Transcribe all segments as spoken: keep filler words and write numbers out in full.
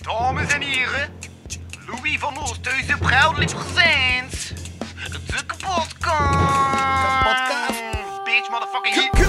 Dames en heren, Louis van Oosthuizen proudly presents de kapotkast. Kapotkast. Bitch, motherfucking hit.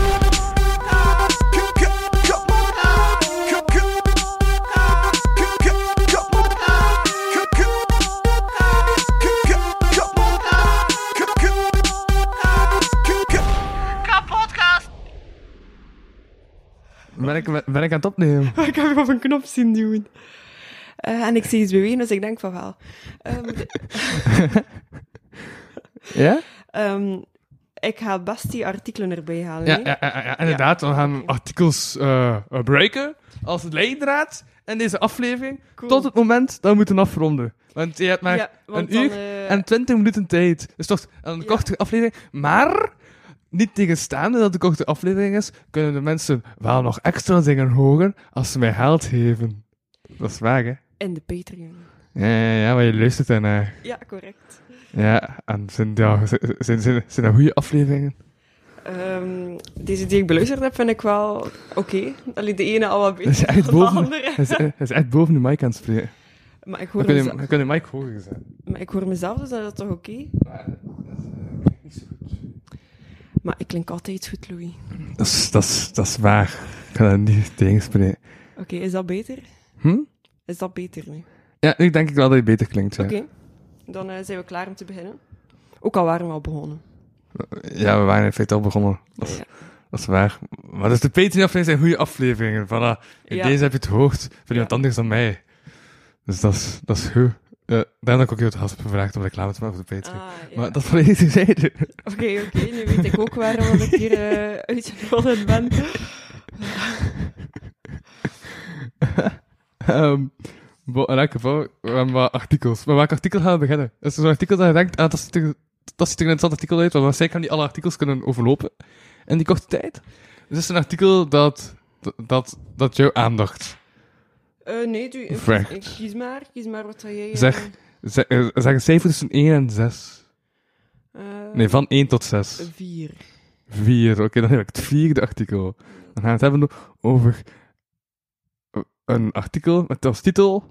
Ben ik, ben ik aan het opnemen? Ik heb je op een knop zien duwen. Uh, en ik zie iets bewegen, dus ik denk van wel. Um, de... ja? Um, ik ga best die artikelen erbij halen. Ja, ja, ja, ja inderdaad. Ja. We gaan okay. artikels uh, breken als leidraad in deze aflevering. Cool. Tot het moment dat we moeten afronden. Want je hebt maar ja, een uur dan, uh... en twintig minuten tijd. Dus toch een korte ja. aflevering. Maar... niet tegenstaande dat het een korte aflevering is, kunnen de mensen wel nog extra dingen horen als ze mij geld geven. Dat is waar, hè? In de Patreon. Ja, ja, ja, maar je luistert daarnaar. Ja, correct. Ja, en zijn, ja, zijn, zijn, zijn, zijn dat goede afleveringen? Um, deze die ik beluisterd heb, vind ik wel oké. Okay. Alleen de ene al wat beter is echt dan boven, de andere. Hij is, hij is echt boven de mic aan het spreken. Maar ik hoor dan mezelf... kun je, kun je de mic hoger zetten. Maar ik hoor mezelf, dus dat is toch oké? Okay? Maar dat is uh, niet zo goed. Maar ik klink altijd goed, Louis. Dat is, dat is, dat is waar. Ik ga dat niet tegenspreken. Oké, okay, is dat beter? Hm? Is dat beter nu? Ja, nu denk ik wel dat je beter klinkt, ja. Oké, okay. Dan uh, zijn we klaar om te beginnen. Ook al waren we al begonnen. Ja, we waren in feite al begonnen. Dat is, ja. dat is waar. Maar dus de Patreon-afleveringen zijn goede afleveringen. Voilà. In ja. deze heb je het gehoord van ja. iemand anders dan mij. Dus dat is, dat is goed. Uh, daarom heb ik ook heel het gast gevraagd om reclame te maken voor de Patreon. Ah, ja. Maar dat is volledig terzijde. Oké, okay, oké. Okay. Nu weet ik ook waarom ik hier uh, uitgenodigd ben. um, bo, in elk geval, we hebben wat artikels. Maar welk artikel gaan we beginnen? Is er zo'n artikel dat je denkt, ah, dat ziet er, dat ziet er een interessant artikel uit, want waarschijnlijk gaan die alle artikels kunnen overlopen in die korte tijd. Dus is een artikel dat, dat, dat jouw aandacht... Uh, nee, doe, ik, ik, kies maar. Kies maar wat jij... Uh... Zeg, zeg, uh, zeg een cijfer tussen één en zes. Uh, nee, van één tot zes. vier. vier, oké, okay, dan heb ik het vierde artikel. Dan gaan we het hebben over een artikel met als titel...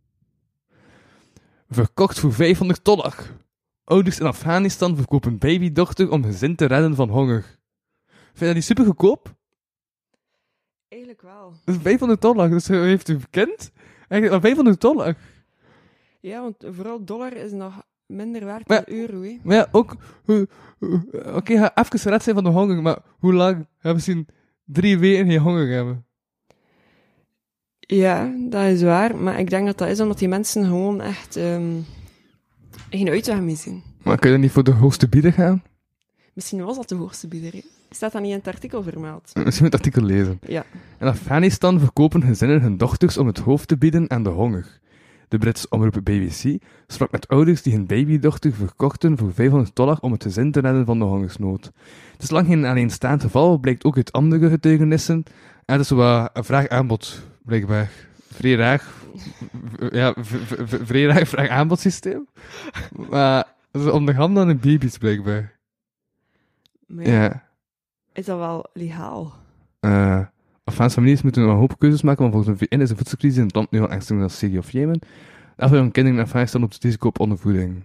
Verkocht voor vijfhonderd dollar. Ouders in Afghanistan verkopen babydochter om gezin te redden van honger. Vind je dat niet super goedkoop? Eigenlijk wel. Dat is vijfhonderd dollar, dus heeft u kind? Eigenlijk maar vijfhonderd dollar. Ja, want vooral dollar is nog minder waard dan euro, hè. Maar ja, ook... Oké, okay, ga even gered zijn van de honger, maar hoe lang? Gaan we misschien drie weken geen honger hebben? Ja, dat is waar, maar ik denk dat dat is omdat die mensen gewoon echt um, geen uitweg mee zien. Maar kun je niet voor de hoogste bieder gaan? Misschien was dat de hoogste bieder, hè? Staat dat niet in het artikel vermeld? Misschien moet het artikel lezen. Ja. In Afghanistan verkopen gezinnen hun dochters om het hoofd te bieden aan de honger. De Britse omroep B B C sprak met ouders die hun babydochter verkochten voor vijfhonderd dollar om het gezin te redden van de hongersnood. Het is lang geen alleenstaand geval, blijkt ook uit andere getuigenissen. En het is wat een vraag-aanbod, blijkbaar. Vrij raar. Ja, vrij raar vraag-aanbodsysteem. Maar het is om de hand aan de baby's, blijkbaar. Maar ja. Is dat wel legaal? Uh, Afghaanse families moeten nog een hoop keuzes maken, want volgens de V N is de voedselcrisis in het land nu al ernstig als Syrië of Jemen. Daarvoor hun kinderen in Afghanistan op het risico op ondervoeding.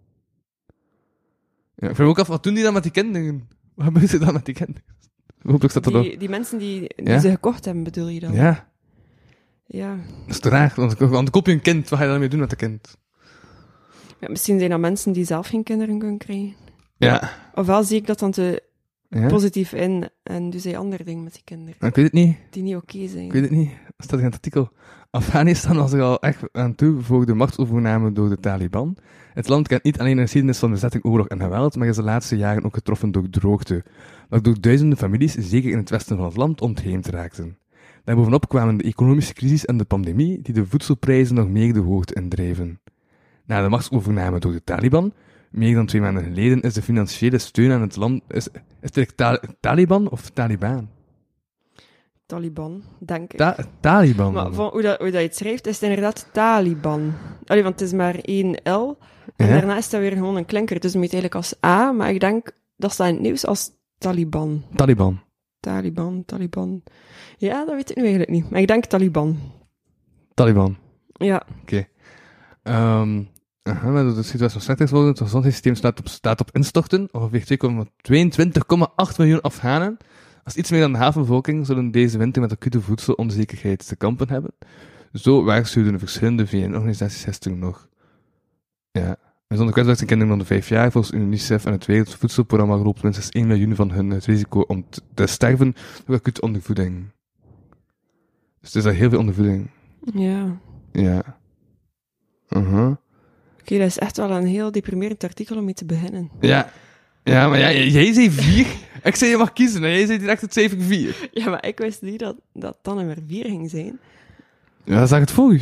Ja, ik vraag me ook af, wat doen die dan met die kinderen? Wat gebeurt er dan met die kinderen? Hopelijk staat dat die, op. Die mensen die, die ja? ze gekocht hebben, bedoel je dan? Ja. Ja. Dat is te raar, want dan koop je een kind, wat ga je dan mee doen met een kind? Ja, misschien zijn dat mensen die zelf geen kinderen kunnen krijgen. Ja. Ofwel zie ik dat dan te ja? positief in en doe zij andere dingen met die kinderen. Maar ik weet het niet. Die niet oké okay zijn. Ik weet het niet. Dat staat in het artikel. Afghanistan was er al echt aan toe voor de machtsovername door de Taliban. Het land kent niet alleen een geschiedenis van bezetting, oorlog en geweld, maar is de laatste jaren ook getroffen door droogte, waardoor duizenden families, zeker in het westen van het land, ontheemd raakten. Daarbovenop kwamen de economische crisis en de pandemie, die de voedselprijzen nog meer de hoogte indreven. Na de machtsovername door de Taliban, meer dan twee maanden geleden, is de financiële steun aan het land... Is, is het ta- Taliban of Taliban? Taliban, denk ik. Ta- Taliban. Maar van hoe, dat, hoe dat je het schrijft, is het inderdaad Taliban. Allee, want het is maar één L. En ja? daarna is dat weer gewoon een klinker. Dus het moet eigenlijk als A, maar ik denk, dat staat in het nieuws als Taliban. Taliban. Taliban, Taliban. Ja, dat weet ik nu eigenlijk niet. Maar ik denk Taliban. Taliban. Ja. Oké. Okay. Um, de situatie van slecht is geworden. Het gezondheidssysteem staat op, staat op instorten. Ongeveer tweeëntwintig komma acht miljoen Afghanen. Als iets meer dan de halve bevolking zullen deze winter met acute voedselonzekerheid te kampen hebben. Zo waarschuwden verschillende V N-organisaties gisteren nog. Ja. En zonder kwetsbaarheid zijn kinderen onder vijf jaar. Volgens UNICEF en het Wereldvoedselprogramma loopt minstens één miljoen van hen het risico om te, te sterven door acute ondervoeding. Dus het is daar heel veel ondervoeding. Ja. Ja. Uh-huh. Oké, okay, dat is echt wel een heel deprimerend artikel om mee te beginnen. Ja. Ja, maar ja, jij zei vier. Ik zei je mag kiezen en jij zei direct het cijfer vier. Ja, maar ik wist niet dat dat dan nummer vier ging zijn. Ja, dan zeg het voor u.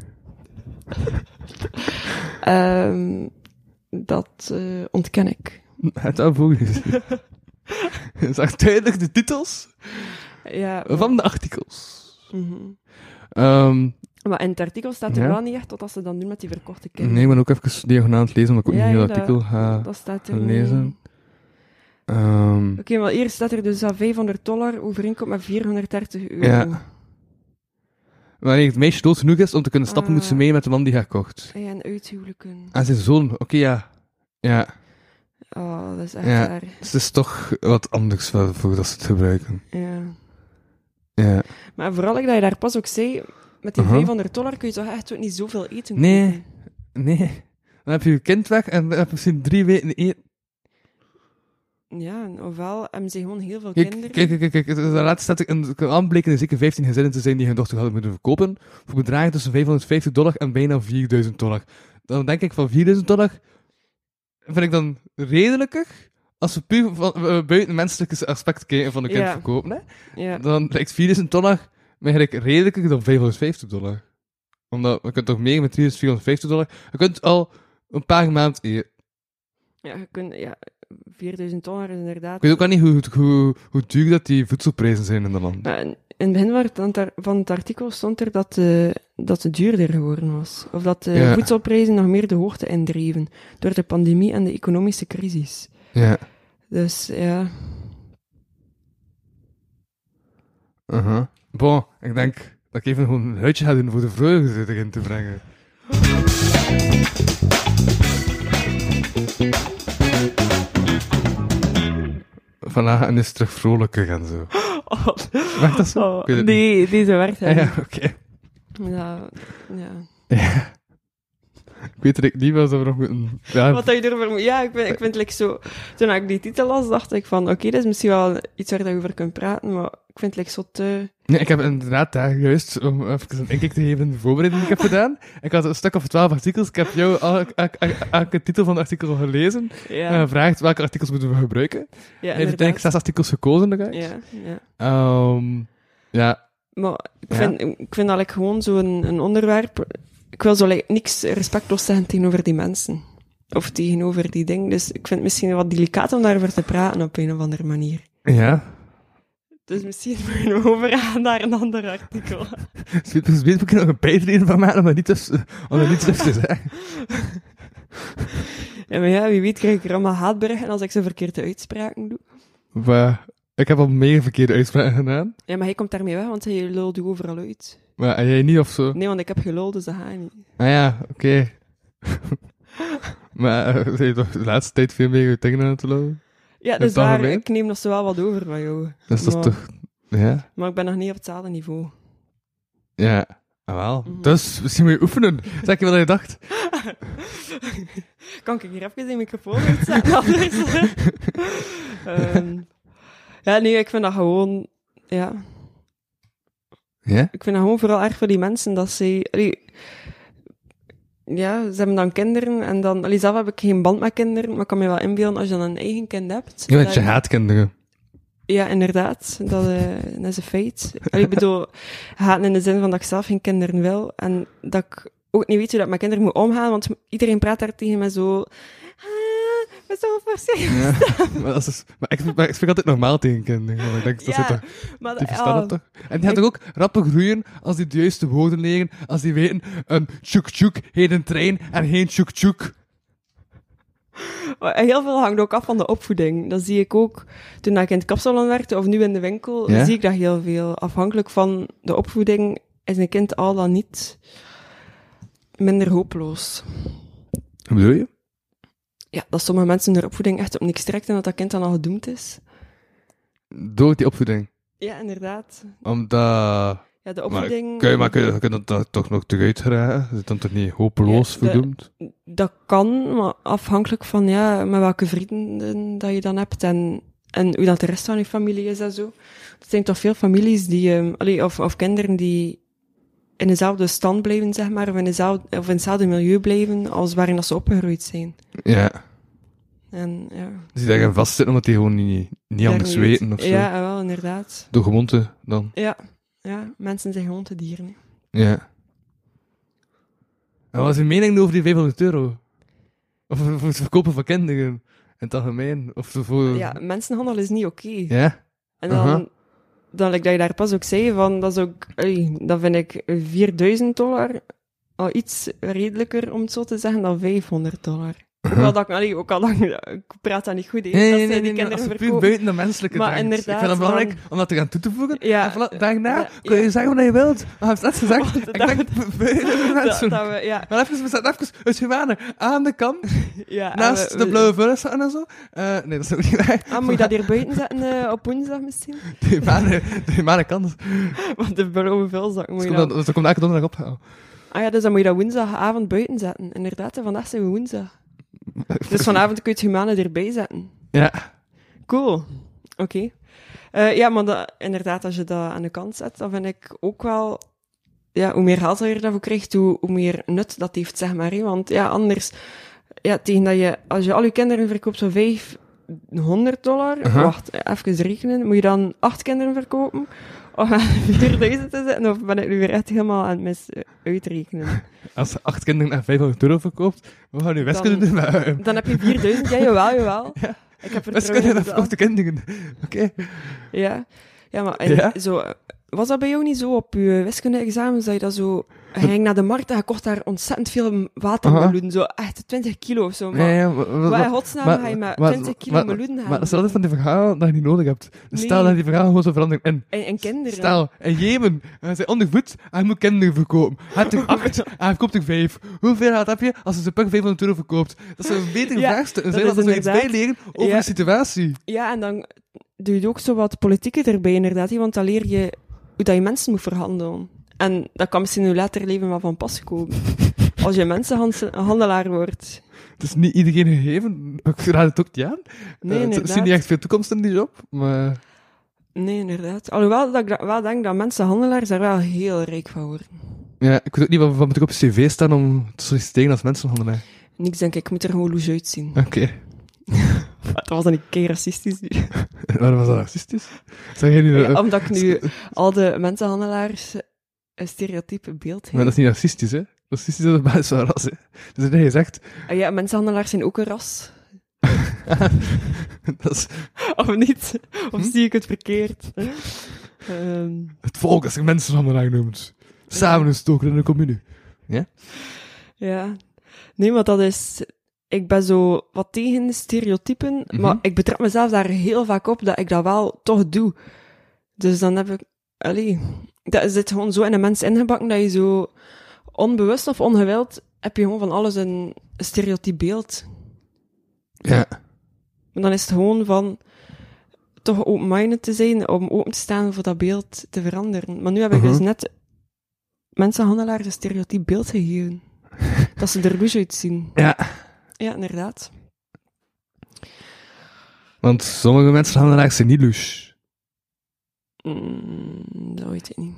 um, dat uh, ontken ik. Het al voor u. Zeg duidelijk de titels ja, maar... van de artikels. Mm-hmm. Um, maar in het artikel staat er ja? wel niet echt wat ze dan doen met die verkochte kinderen. Nee, maar ook even diagonaal aan het lezen, omdat ik ook ja, niet heel ja, artikel dat, ga dat staat er lezen. Um, Oké, okay, maar hier staat er dus dat vijfhonderd dollar overeenkomt met vierhonderddertig euro. Ja. Wanneer het meisje dood genoeg is om te kunnen stappen, uh, moet ze mee met de man die haar kocht. Ja, en uithuwelijken. En zijn zoon, oké, okay, ja. Ja. Oh, dat is echt ja. waar. Dus het is toch wat anders voor, voor dat ze het gebruiken. Ja. Ja. Maar vooral dat je daar pas ook zei, met die uh-huh. vijfhonderd dollar kun je toch echt ook niet zoveel eten nee. kopen? Nee. Dan heb je je kind weg en dan heb je misschien drie weken eten. Ja, ofwel hebben ze gewoon heel veel kijk, kinderen. Kijk, kijk, kijk. De laatste staat ik een aanbleken zeker vijftien gezinnen te zijn die hun dochter hadden moeten verkopen. Voor bedragen tussen vijfhonderdvijftig dollar en bijna vierduizend dollar. Dan denk ik van vierduizend dollar vind ik dan redelijker als we puur van, uh, buiten het menselijke aspect kijken van de kind ja. verkopen. Hè? Ja. Dan lijkt vierduizend dollar mij eigenlijk redelijker dan vijfhonderdvijftig dollar. Omdat je kunt toch meer met vierhonderdvijftig dollar. Je kunt al een paar maanden eten. Ja, je kunt, ja, vierduizend dollar is inderdaad... Ik weet ook al niet hoe, hoe, hoe duur dat die voedselprijzen zijn in dat land. Maar in het begin van het artikel stond er dat, uh, dat het duurder geworden was. Of dat de ja. voedselprijzen nog meer de hoogte indreven. Door de pandemie en de economische crisis. Ja. Dus, ja... Uh-huh. Bon, ik denk dat ik even gewoon een huidje ga doen voor de vreugde erin te brengen. Vandaag en is het terug vrolijker en zo. Oh. Werkt dat zo? Oh, nee, niet. Deze werkt hij. Ja, oké. Okay. Ja, ja. Ja. Ik weet er niet wat we nog moeten... Ja. Wat dat je erover moet... Ja, ik vind, ik vind like zo... Toen ik die titel las, dacht ik van... Oké, okay, dat is misschien wel iets waar je over kunt praten, maar ik vind het like zo te... Nee, ik heb inderdaad daar juist, om even een inkijk te geven in de voorbereiding die ik heb gedaan. Ik had een stuk of twaalf artikels. Ik heb jou elke titel van het artikel gelezen. Ja. En gevraagd welke artikels moeten we gebruiken. Ja, en heeft uiteindelijk zes artikels gekozen eruit. Ja, ja. Um, ja. Maar ik vind, ja. ik vind dat like, gewoon zo'n een onderwerp... Ik wil zo like, niks respectloos zeggen tegenover die mensen. Of tegenover die dingen. Dus ik vind het misschien wat delicaat om daarover te praten op een of andere manier. Ja. Dus misschien moeten we overgaan naar een ander artikel. Dus weet ik nog een bijdrage van mij om er niet te zeggen. Ja, maar ja, wie weet krijg ik er allemaal haatberichten als ik zo verkeerde uitspraken doe. Maar ik heb al meer verkeerde uitspraken gedaan. Ja, maar hij komt daarmee weg, want hij lult je overal uit. Maar en jij niet of zo? Nee, want ik heb geluld, dus dat ga je niet. Ah ja, oké. Okay. Maar uh, je toch de laatste tijd veel meer je dingen aan het lullen? Ja, dus daar, ik neem nog zo wel wat over van jou. Dat is maar, toch... Ja? Maar ik ben nog niet op hetzelfde niveau. Ja, ah, wel. Mm. Dus, misschien moet je oefenen. Zeg je wat je dacht? Kan ik hier even die microfoon uitzetten? um, ja, nee, ik vind dat gewoon... Ja... Ja? Ik vind dat gewoon vooral erg voor die mensen dat ze... Allee, ja, ze hebben dan kinderen en dan... Allee, zelf heb ik geen band met kinderen, maar ik kan me wel inbeelden als je dan een eigen kind hebt. Ja, want je haat kinderen. Ja, inderdaad. Dat, uh, dat is een feit. Allee, ik bedoel, haat in de zin van dat ik zelf geen kinderen wil en dat ik ook niet weet hoe dat met kinderen moet omgaan, want iedereen praat daar tegen me zo... Ah, zo ja, maar, dat is, maar, ik, maar ik spreek altijd normaal tegen kinderen. Want ik denk, dat ja, zit toch, maar die verstaan ja, dat toch? En die gaan toch ook rapper groeien als die de juiste woorden leren, als die weten, een tjoek-tjoek heet een trein en geen tjoek-tjoek. Heel veel hangt ook af van de opvoeding. Dat zie ik ook toen ik in het kapsalon werkte, of nu in de winkel, ja? zie ik dat heel veel. Afhankelijk van de opvoeding is een kind al dan niet... minder hopeloos. Hoe bedoel je? Ja, dat sommige mensen hun opvoeding echt op niks trekt en dat dat kind dan al gedoemd is. Door die opvoeding. Ja, inderdaad. Omdat... Ja, de Maar opvoeding... kun je, maar kun je, kun je dat toch nog eruit geraken? Is het dan toch niet hopeloos Ja, de- verdoemd? Dat kan, maar afhankelijk van ja, met welke vrienden dat je dan hebt en, en hoe dat de rest van je familie is en zo. Er zijn toch veel families die, um, allee, of, of kinderen die in dezelfde stand blijven, zeg maar, of in, dezelfde, of in hetzelfde milieu blijven als waarin dat ze opgegroeid zijn. Ja. En ja... Dus die daar gaan vastzitten omdat die gewoon niet, niet daar anders niet weten uit- of zo. Ja, wel, inderdaad. Door gewoonte dan. Ja, ja, mensen zijn gewoon te dieren. Ja. En wat is uw mening over die vijfhonderd euro? Of voor het verkopen van kinderen? In het algemeen? Of voor... Ja, mensenhandel is niet oké. Ja? En dan, Aha. dan like dat je daar pas ook zei, van, dat is ook, allee, dat vind ik vierduizend dollar al iets redelijker, om het zo te zeggen, dan vijfhonderd dollar. Ook al dat ik, allee, ook al dat ik, ik praat dat niet goed, hè, Nee, dat nee, zij nee, die nee, kinderen als het puur verkopen. buiten de menselijke Maar denkt. Ik inderdaad, vind het belangrijk dan- om dat te gaan toe te voegen. Ja, En voilà, daarna ja, kun je ja. zeggen wat je wilt. Maar je hebt net gezegd, Want ik dat- denk buiten de Dat, mensen. dat we, ja, Maar even, we zetten even het humane aan de kant, ja, naast en we- de we- blauwe vullis en zo. Uh, nee, dat is ook niet waar. Ah, moet je dat hier buiten zetten uh, op woensdag misschien? De humane, de humane kant. Want de blauwe vulzak moet Dat je komt, dan... dat, dat komt elke donderdag ophalen. Ah ja, dus dan moet je dat woensdagavond buiten zetten. Inderdaad, hè, vandaag zijn we woensdag. Dus vanavond kun je het humane erbij zetten. Ja. Cool. Oké. Eh, ja, maar dat, inderdaad, als je dat aan de kant zet, dan vind ik ook wel... Ja, hoe meer geld dat je daarvoor krijgt, hoe, hoe meer nut dat heeft, zeg maar. Hè? Want ja, anders... Ja, tegen dat je... Als je al je kinderen verkoopt voor vijfhonderd dollar... Uh-huh. Wacht, even rekenen. Moet je dan acht kinderen verkopen? Of aan vierduizend te zetten? Of ben ik nu weer echt helemaal aan het mis eh, uitrekenen? Als je acht kinderen naar vijfhonderd euro verkoopt, we gaan nu wiskunde doen met uh, Dan heb je vierduizend. Ja, jawel, jawel. Ja. Ik heb wiskunde vertrouwen met in mezelf. verkochte kinderen. Oké. Ja, ja maar en Ja? Zo, was dat bij jou niet zo op je wiskunde-examens, dat je dat zo... Je ging naar de markt en je kocht daar ontzettend veel watermeloen, zo echt twintig kilo of zo. Maar Ja, ja, maar- maar- wat in godsnaam maar- ga je met maar- twintig kilo maar- meloen Maar halen? dat is altijd van die verhalen dat je niet nodig hebt. Dus Nee. stel dat die verhalen gewoon zo veranderen in. En, en kinderen. Stel, in Jemen, hij zijn ondervoed en je moet kinderen verkopen. Hij heeft er acht en hij koopt er vijf. Hoeveel geld heb je als je ze per vijfhonderd euro verkoopt? Dat zou een betere Ja, vraagstuk dat zijn, is dat we iets inderdaad- bijleren over Ja. de situatie. Ja, en dan doe je ook zo wat politieke erbij, inderdaad. hè, Want dan leer je hoe dat je mensen moet verhandelen. En dat kan misschien in je later leven wel van pas komen. Als je mensenhandelaar wordt. Het is niet iedereen gegeven. Ik raad het ook niet aan. Nee, Eh, het inderdaad. is niet echt veel toekomst in die job, maar... Nee, inderdaad. Alhoewel dat ik da- wel denk dat mensenhandelaars daar wel heel rijk van worden. Ja, ik weet ook niet wat, wat moet ik op je cv staan om te solliciteren als mensenhandelaar. Niks, denk ik. Ik moet er gewoon loes uitzien. Oké. Dat was dan een keer racistisch nu. Waarom was dat racistisch? Zeg jij nu... Ja, eh, omdat ik nu al de mensenhandelaars een stereotype beeld heb. maar dat is niet racistisch, hè? Racistisch is op basis van ras, hè? Dus dat je zegt... Ah ja, mensenhandelaars zijn ook een ras. dat is Of niet? Of Hm? zie ik het verkeerd? Ehm, het volk als je mensenhandelaar noemt. Samengestoken in een commune. ja. Nee, maar dat is... Ik ben zo wat tegen de stereotypen, Mhm. maar ik betrap mezelf daar heel vaak op dat ik dat wel toch doe. Dus dan heb ik... Allee, dat zit gewoon zo in een mens ingebakken dat je zo onbewust of ongewild heb je gewoon van alles een stereotyp beeld. Ja. Maar dan is het gewoon van toch open-minded te zijn, om open te staan voor dat beeld te veranderen. Maar nu heb ik Mhm. dus net mensenhandelaars een stereotyp beeld gegeven. Dat ze er loes uitzien. Ja. Ja, inderdaad. Want sommige mensenhandelaars zijn niet louche. Mm, dat weet ik niet.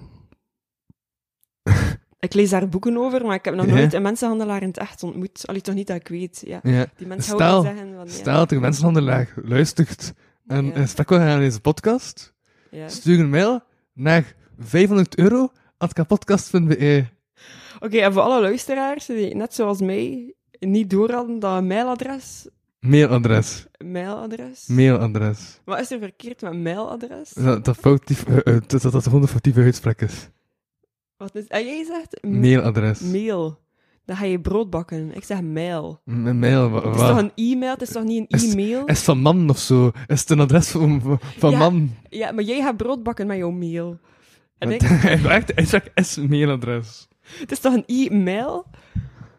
Ik lees daar boeken over, maar ik heb nog Ja. nooit een mensenhandelaar in het echt ontmoet. Allee, toch niet dat ik weet. Ja. Ja. Die mensen Stel- houden zeggen van... Ja, Stel dat er een mensenhandelaar luistert en Ja. een gesprek wil gaan aan deze podcast, ja. stuur een mail naar vijfhonderd euro at kapodcast punt b e. Oké, en voor alle luisteraars die net zoals mij niet door hadden dat een mailadres... Mailadres. Mailadres? Mailadres. Wat is er verkeerd met mailadres? Dat dat, foutief, uh, uh, dat, dat gewoon een foutieve uitspraak is. Wat is... En jij zegt... m- Mailadres. Mail. Dan ga je brood bakken. Ik zeg mail. Een mail, wa- Het is toch wat? een e-mail? Het is toch niet een Is- e-mail? Is het van man of zo? Is het een adres van, van- van Ja. man? Ja, maar jij gaat brood bakken met jouw mail. En ik... Hij zegt, hij zegt is mailadres. Het is toch een e-mail?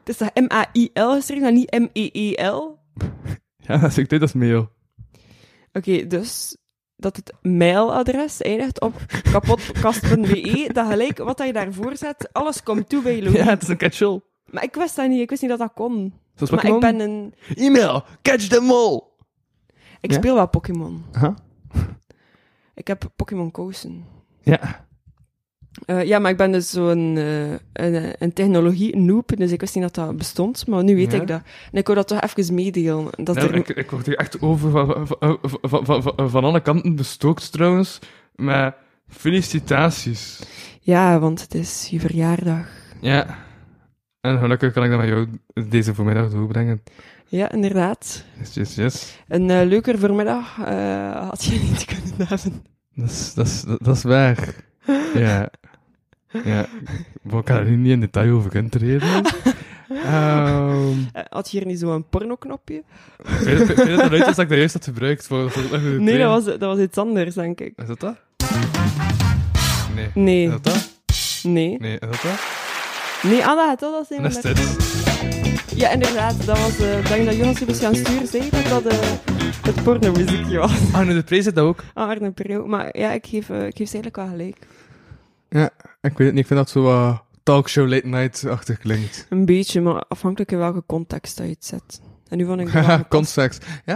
Het is toch M A I L geschreven en niet M E E L? Ja, dat is, ik denk dat is mail. Oké, okay, dus dat het mailadres eindigt op kapotkast punt b e, dat gelijk wat je daarvoor zet, alles komt toe bij Louis. Ja, het is een catch-all. Maar ik wist dat niet, ik wist niet dat dat kon. Zoals maar Pokémon? ik ben een... E-mail, catch them all! Ik Ja? speel wel Pokémon. Huh? Ik heb Pokémon Kozen. Ja. Uh, ja, maar ik ben dus zo'n uh, een, een technologie-noob, dus ik wist niet dat dat bestond, maar nu weet Ja. ik dat. En ik wil dat toch even meedelen. Dat Ja, er... ik, ik word hier echt over van, van, van, van, van, van alle kanten bestookt trouwens, maar felicitaties. Ja, want het is je verjaardag. Ja. En gelukkig kan ik dat met jou deze voormiddag doorbrengen. Ja, inderdaad. Yes, yes, yes. Een uh, leuker voormiddag uh, had je niet kunnen hebben. Dat is, dat is, dat is waar. Ja. Ja. Maar ik kan er nu niet in detail over intreden. Um, Uh, had je hier niet zo'n pornoknopje? Vind je vind je dat eruit is dat ik dat juist had gebruikt? Voor, voor, voor de Nee, dat was, dat was iets anders, denk ik. Is dat dat? Nee. Nee. Is dat dat? Nee. Nee, is dat dat? Nee, Anna, dat was een En dat is van dit. de... Ja, inderdaad. Dat was... Uh, denk dat Jonas je dus gaan sturen, zei dat dat uh, het pornomuziekje was. Ah, nu de prijs zit dat ook. Ah, Arne Perreau. Maar ja, ik geef, uh, ik geef ze eigenlijk wel gelijk. Ja, ik weet het niet. Ik vind dat zo uh, talkshow late night-achtig klinkt. Een beetje, maar afhankelijk in welke context dat je het zet. En nu vond ik dat wel gepast. Context. Ja?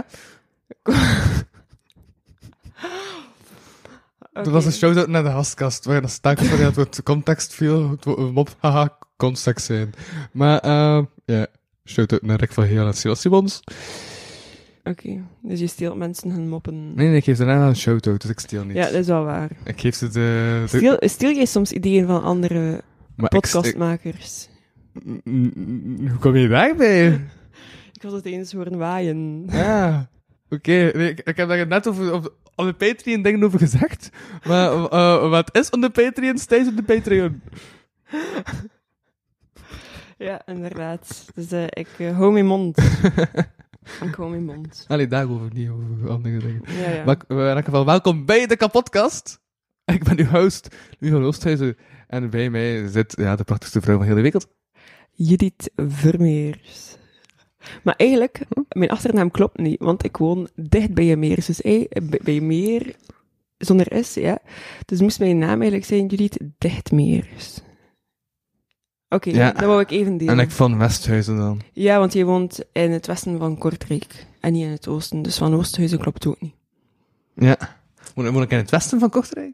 Okay. Dat was een shout-out naar de gastkast, waar dan sta ik van ja, het woord context viel, het woord mop, haha, context zijn. Maar, uh, ja, shout-out naar Rick van Heel en Silas Simons. Oké, okay. Dus je steelt mensen hun moppen. Nee, nee, ik geef ze daarna een shout-out, dus ik steel niet. Ja, dat is wel waar. Ik geef ze de... de... Steel, steel jij soms ideeën van andere Maar podcastmakers? Ik, ik... Hoe kom je daarbij? Ik was het eens horen waaien. Ja, oké. Okay. Nee, ik, ik heb daar net over, op, op de Patreon dingen over gezegd. Maar uh, wat is op de Patreon, steeds op de Patreon. Ja, inderdaad. Dus uh, ik uh, hou mijn mond. Ik hou mijn mond. Allee, daarover niet, over andere dingen. Ja, ja. Maar in elk geval, welkom bij de kapotkast. Ik ben uw host, Louis van Oosthuizen. En bij mij zit ja, de prachtigste vrouw van heel de wereld. Judith Vermeers. Maar eigenlijk, mijn achternaam klopt niet, want ik woon dicht bij je meer. Dus hey, bij je meer, zonder S, ja. Dus moest mijn naam eigenlijk zijn Judith Dichtmeers. Oké, okay, ja. dat wou ik even delen. En ik van Westhuizen dan. Ja, want je woont in het westen van Kortrijk en niet in het oosten. Dus van Oosthuizen klopt ook niet. Ja. Moet, moet ik in het westen van Kortrijk?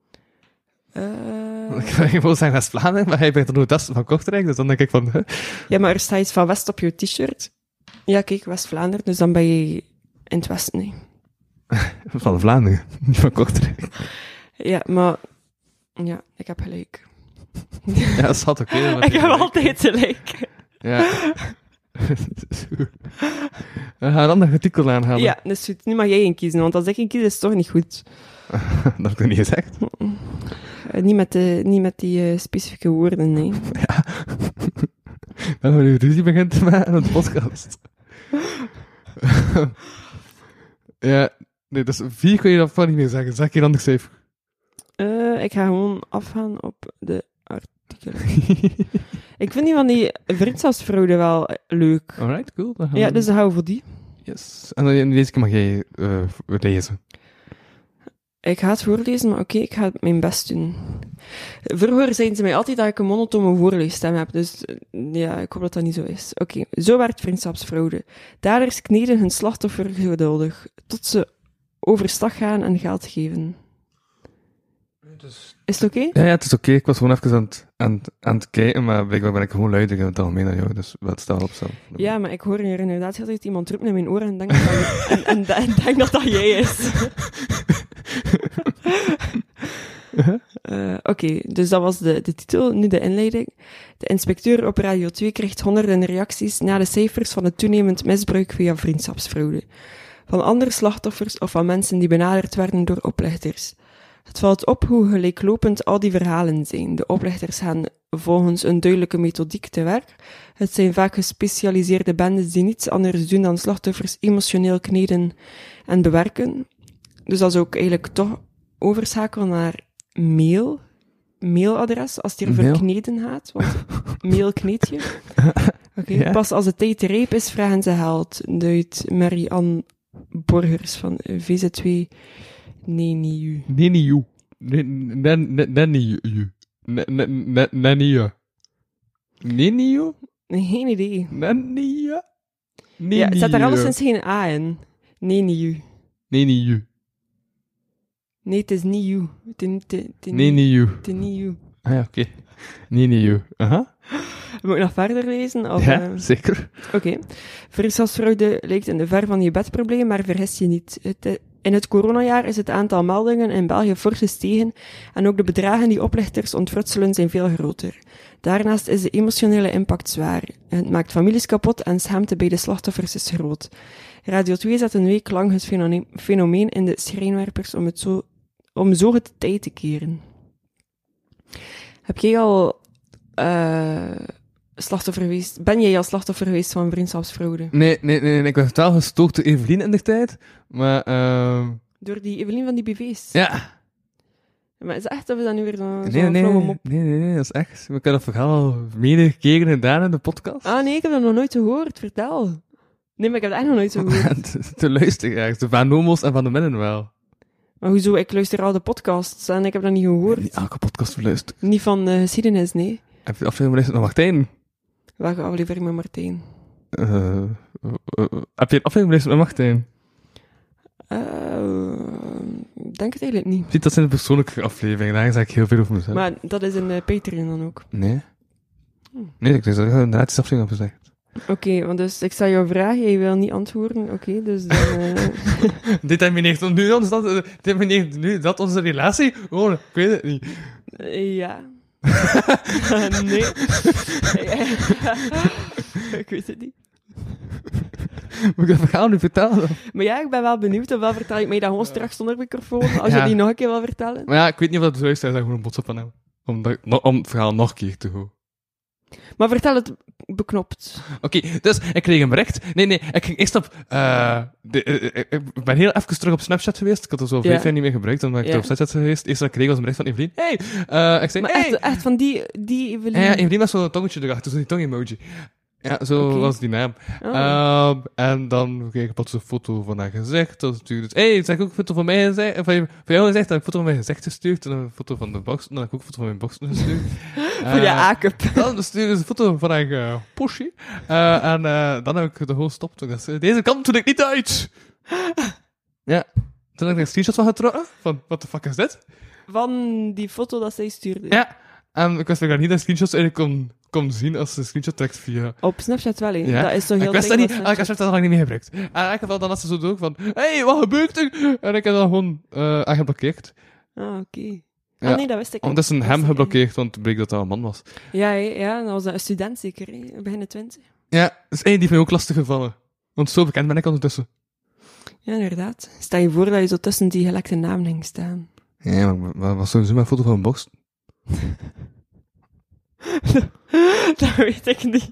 Uh... Ik wil zeggen West-Vlaanderen, maar hij bent dan het westen van Kortrijk, dus dan denk ik van... Huh? Ja, maar er staat iets van West op je t-shirt. Ja, kijk, West-Vlaanderen, dus dan ben je in het westen, nee. Van Vlaanderen, niet van Kortrijk. Ja, maar... Ja, ik heb gelijk. Ja, dat schat oké. Okay, ik heb gelijk. Altijd gelijk. Ja. We gaan dan een artikel aanhalen. Ja, dus goed. Nu mag jij een kiezen, want als ik een kies, is het toch niet goed. Dat heb ik nog niet gezegd. Uh, niet, met de, niet met die uh, specifieke woorden, nee. Ja. Dan we nu ruzie begint te maken aan de podcast. Ja, nee, dus vier kun je dat van niet meer zeggen. Zeg je dan de cijfer? Uh, ik ga gewoon afgaan op de artikelen. Ik vind die van die vriendschapsfraude wel leuk. Alright, cool. Dan gaan ja, we... dus dan hou voor die. Yes. En dan deze keer mag jij uh, lezen. Ik ga het voorlezen, maar oké, okay, ik ga het mijn best doen. Vroeger zeiden ze mij altijd dat ik een monotone voorleesstem heb, dus ja, ik hoop dat dat niet zo is. Oké, okay. Zo werkt vriendschapsfraude. Daders kneden hun slachtoffer geduldig, tot ze overstag gaan en geld geven. Dus... Is het oké? Okay? Ja, ja, het is oké. Okay. Ik was gewoon even aan het, aan, aan het kijken, maar blijkbaar ben ik gewoon luider in het algemeen dan jou, dus wat staat op zo. Ja, maar ik hoor hier inderdaad altijd iemand roepen in mijn oren en denk dat dat, en, en, en, en denk dat, dat jij is. uh, Oké, okay, dus dat was de, de titel, nu de inleiding. De inspecteur op Radio twee krijgt honderden reacties na de cijfers van het toenemend misbruik via vriendschapsfraude. Van andere slachtoffers of van mensen die benaderd werden door oplichters. Het valt op hoe gelijklopend al die verhalen zijn. De oplichters gaan volgens een duidelijke methodiek te werk. Het zijn vaak gespecialiseerde bendes die niets anders doen dan slachtoffers emotioneel kneden en bewerken. Dus dat is ook eigenlijk toch overschakelen naar mail, mailadres, als het hier over kneden gaat, want mail kneed je. Oké, Ja? pas als de tijd rijp is, vragen ze geld. Duidt Marie-Anne Borgers van V Z twee. Nee, niet u. Nee, niet you. Nee, nee, nee, nee, niet you. Nee, nee, nee, nee, niet you. Nee, niet you. Geen idee. Nee, niet you. Nee, Ja, het niet zet daar you. alleszins geen A in. Nee, niet u. Nee, niet you. Nee, het is niet u. Het is niet... Het is Nee, niet you. Het is niet u. Ah ja, oké. Nee, niet you. Aha. Moet ik nog verder lezen? Of, Ja, eh, zeker. Oké. Vriendschapsfraude lijkt in de ver van je bedprobleem, maar vergis je niet. Het, eh, in het coronajaar is het aantal meldingen in België fors gestegen en ook de bedragen die oplichters ontfrutselen zijn veel groter. Daarnaast is de emotionele impact zwaar. Het maakt families kapot en schaamte bij de slachtoffers is groot. Radio twee zet een week lang het fenomeen- fenomeen in de schrijnwerpers om, het zo, om zo het tij te keren. Heb jij al uh, slachtoffer geweest? Ben jij al slachtoffer geweest van vriendschapsfraude? Nee, nee, nee, nee. Ik was totaal gestoord door Evelien in de tijd. Maar, ehm... Door die Evelien van die B V's? ja. Maar is het echt of is dat nu weer zo'n Nee, zo nee, nee, flauwe mop? nee, nee, nee, dat is echt. We kunnen dat verhaal al meerdere keren gedaan in de podcast. Ah nee, ik heb dat nog nooit gehoord. Vertel. Nee, maar ik heb het echt nog nooit gehoord. te, te luisteren eigenlijk. Van Nomos en Van de Minnen wel. Maar hoezo? Ik luister al de podcasts en ik heb dat niet gehoord. Niet elke podcast verluisterd. Niet van uh, geschiedenis, nee. Heb je de aflevering beluisterd naar Martijn? Welke aflevering met Martijn? Uh, uh, uh, heb je een aflevering beluisterd met Martijn? Uh, ik denk het eigenlijk niet. Ziet, dat zijn de persoonlijke afleveringen. Daar zeg ik heel veel over mezelf. Maar dat is een uh, Patreon dan ook. Nee. Hm. Nee, ik heb er inderdaad iets aflevering op gezegd. Oké, okay, want dus ik stel jou vragen, jij wil niet antwoorden. Oké, okay, dus dan... Uh... Dit termineert nu, ons dat, uh, termineert nu dat onze relatie? Oh, ik weet het niet. Uh, ja. nee. Ik weet het niet. Moet ik dat verhaal nu vertellen? Maar ja, ik ben wel benieuwd, of wel vertel ik mij dat gewoon straks zonder microfoon, als ja. je het niet nog een keer wil vertellen. Maar ja, ik weet niet of dat de luisteraars daar gewoon een boodschap van hebben. Om, dat, om het verhaal nog een keer te horen. Maar vertel het beknopt. Oké, okay, dus ik kreeg een bericht. Nee, nee, ik ging eerst op... Uh, de, uh, ik ben heel even terug op Snapchat geweest. Ik had er zo vijf ja. jaar niet meer gebruikt, dan ben ik ja. terug op Snapchat geweest. Eerst wat ik kreeg was een bericht van Evelien. Hey! Uh, ik zei, maar hey! echt, echt van die, die Evelien? Ja, ja, Evelien was zo'n tongetje erachter, zo'n tong-emoji. Ja, zo okay. was die naam. Oh. Um, en dan kreeg ik pas een foto van haar gezicht. Dan stuurde ze, hey, zeg ook een foto van mij gezegd, van, van jou gezegd, dan heb ik een foto van mijn gezicht gestuurd, en dan een foto van de box, dan heb ik ook een foto van mijn box gestuurd. Voor uh, je A-cup. Dan stuurde ze een foto van haar uh, Porsche. Uh, en uh, dan heb ik er gewoon gestopt. Toen dacht, deze kant doe ik niet uit! Ja. Toen heb ik een screenshot van getrokken, van, what the fuck is dit? Van die foto dat zij stuurde? Ja. En ik wist dat ik niet de screenshots eigenlijk kon... kon zien als ze screenshot trekt via... Op Snapchat wel, hè? Ja. Dat is toch heel... Ik wist dat niet, ah, ik heb Snapchat al lang niet meer gebruikt. En ik heb wel dan als ze zo doen van, hey, wat gebeurt er? En ik heb dan gewoon uh, geblokkeerd. Ah, oké. Okay. Ja. Ah, nee, dat wist ik niet. Ondertussen hem geblokkeerd, want het bleek dat dat een man was. Ja, ja, dat was een student zeker, hè? Begin de twintig. Ja, dus hey, die heeft mij ook lastig gevallen. Want zo bekend ben ik ondertussen. Ja, inderdaad. Stel je voor dat je zo tussen die gelekte namen ging staan. Ja, maar wat was zo'n zo'n foto van een box? Dat weet ik niet.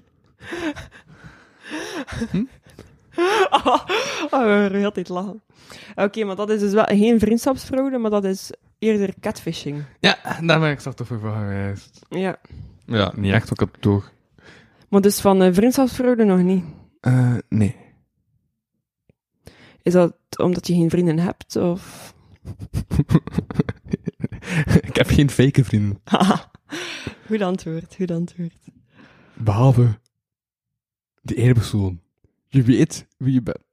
Hm? Oh, oh, we gaan heel tijd lachen. Oké, okay, maar dat is dus wel geen vriendschapsfraude, maar dat is eerder catfishing. Ja, daar ben ik slachtoffer van geweest. Ja. Ja, niet echt, want ik heb het door. Maar dus van uh, vriendschapsfraude nog niet? Uh, nee. Is dat omdat je geen vrienden hebt, of... Ik heb geen fake vrienden. Goed antwoord, goed antwoord. Behalve die ene persoon. Je weet wie je bent.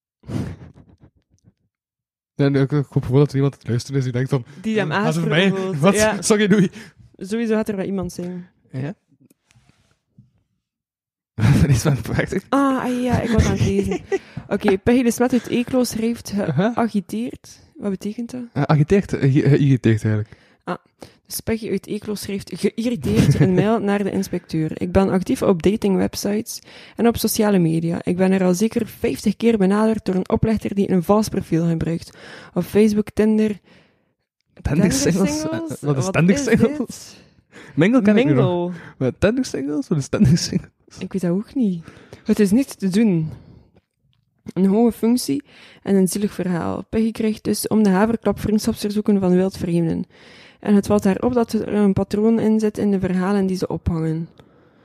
En ik hoop gewoon dat er iemand het luisteren is die denkt van... Die hem aanspreekt mij. Wat? Ja. Sorry, doei. Sowieso gaat er wel iemand zijn. Ja? Dat is wel prachtig. Ah, ja, ik was aan het lezen. Oké, okay, Peggy de Smet uit Eeklo schrijft geagiteerd. Wat betekent dat? Uh, agiteerd, geïrriteerd eigenlijk. Ah, dus Peggy uit Eeklo schrijft geïrriteerd een mail naar de inspecteur. Ik ben actief op datingwebsites en op sociale media. Ik ben er al zeker vijftig keer benaderd door een oplichter die een vals profiel gebruikt. Op Facebook, Tinder... Tinder singles? Wat is Tinder singles? Mingle ken ik nog. Wat, Tinder singles? Wat is Tinder singles? Ik weet dat ook niet. Het is niet te doen. Een hoge functie en een zielig verhaal. Peggy krijgt dus om de haverklap vriendschapsverzoeken van wildvreemden. En het valt haar op dat er een patroon in zit in de verhalen die ze ophangen.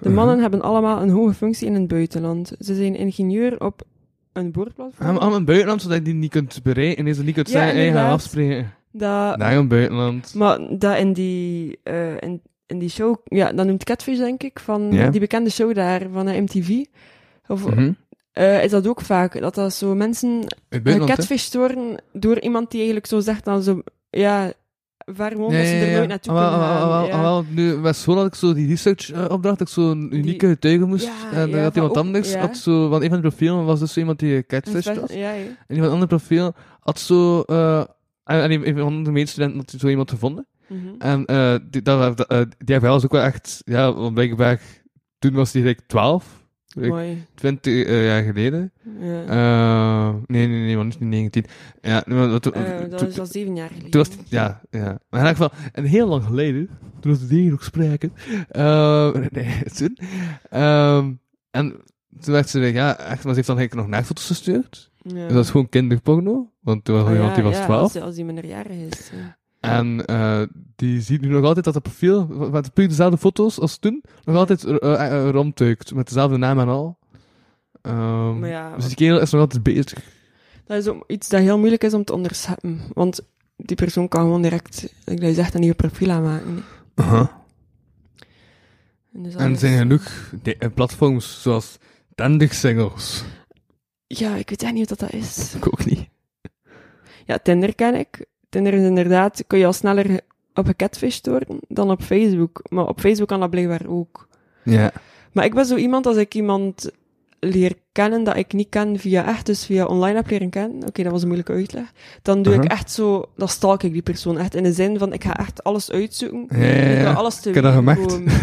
De mannen hebben allemaal een hoge functie in het buitenland. Ze zijn ingenieur op een boorplatform. Allemaal in het buitenland, zodat je die niet kunt bereiken en ze niet kunt Ja, zeggen, hey, gaan inderdaad. afspreken. Dat, Naar een buitenland. maar dat in die, eh, in, in die show, ja, dat noemt Catfish, denk ik, van Ja. die bekende show daar, van de M T V. Of, Mhm. eh, is dat ook vaak, dat dat zo mensen In het buitenland, hè? gecatfished worden door iemand die eigenlijk zo zegt dat ze, ja, ver woont, dat ze er nooit naartoe Ah, wel, kunnen ah, gaan. wel, ah, ja. wel, nu was zo dat ik zo die research uh, opdracht, dat ik zo een unieke getuige moest. Ja, en dan ja, had van iemand ook- anders, ja. had zo, van een van de profielen was dus zo iemand die catfish was. Ja, ja. En iemand ander profiel had zo, uh, en, en een van de medestudenten had zo iemand gevonden. Mhm. En uh, die, dat, dat, uh, die verhaal was ook wel echt, ja, want blijkbaar, toen was hij gelijk twaalf. Ik- Mooi. twintig uh, jaar geleden. Ja. Uh, nee, nee, nee, want niet negentien. Ja, nee, maar toen- Eh, dat toen- is al zeven jaar geleden. toen was het, ja, ja. Maar in elk geval, en heel lang geleden, toen was het hier nog spreken, uh, nee, toen, um, en toen werd ze, ja, echt, maar ze heeft dan eigenlijk nog naaktfoto's gestuurd. Ja. Dus dat is gewoon kinderporno, want toen was Ah, iemand ja, die was ja, twaalf. Als, als die minderjarig is. Ja. En uh, die ziet nu nog altijd dat het profiel, met puur dezelfde foto's als toen, nog altijd uh, uh, uh, rondtuikt, met dezelfde naam en al. Um, Maar ja, dus die kerel is nog altijd bezig. dat is ook iets dat heel moeilijk is om te onderscheppen. Want die persoon kan gewoon direct, like dat je zegt, een nieuw profiel aanmaken. Uh-huh. En, dus En er alles- zijn genoeg de- uh, platforms zoals Tendig Singles. Ja, ik weet echt niet wat dat is. Ik ook niet. Ja, Tinder ken ik. Tinder is inderdaad, kun je al sneller op gecatfished worden dan op Facebook. Maar op Facebook kan dat blijkbaar ook. Ja. Maar ik ben zo iemand, als ik iemand leer kennen dat ik niet ken via echt, dus via online heb leren kennen, oké, dat was een moeilijke uitleg, dan doe ik Uh-huh. echt zo, dan stalk ik die persoon echt in de zin van, ik ga echt alles uitzoeken. Ja, ja, Ik ja. ga alles te Ik heb dat weten gemaakt. komen.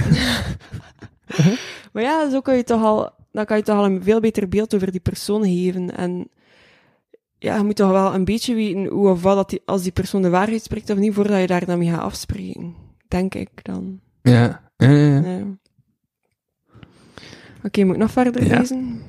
Maar ja, zo kan je toch al, dan kan je toch al een veel beter beeld over die persoon geven. En ja, je moet toch wel een beetje weten hoe of wat, dat die, als die persoon de waarheid spreekt of niet, voordat je daar dan mee gaat afspreken. Denk ik dan. Ja. Ja, ja, ja. Ja. Oké, moet ik nog verder Ja. lezen?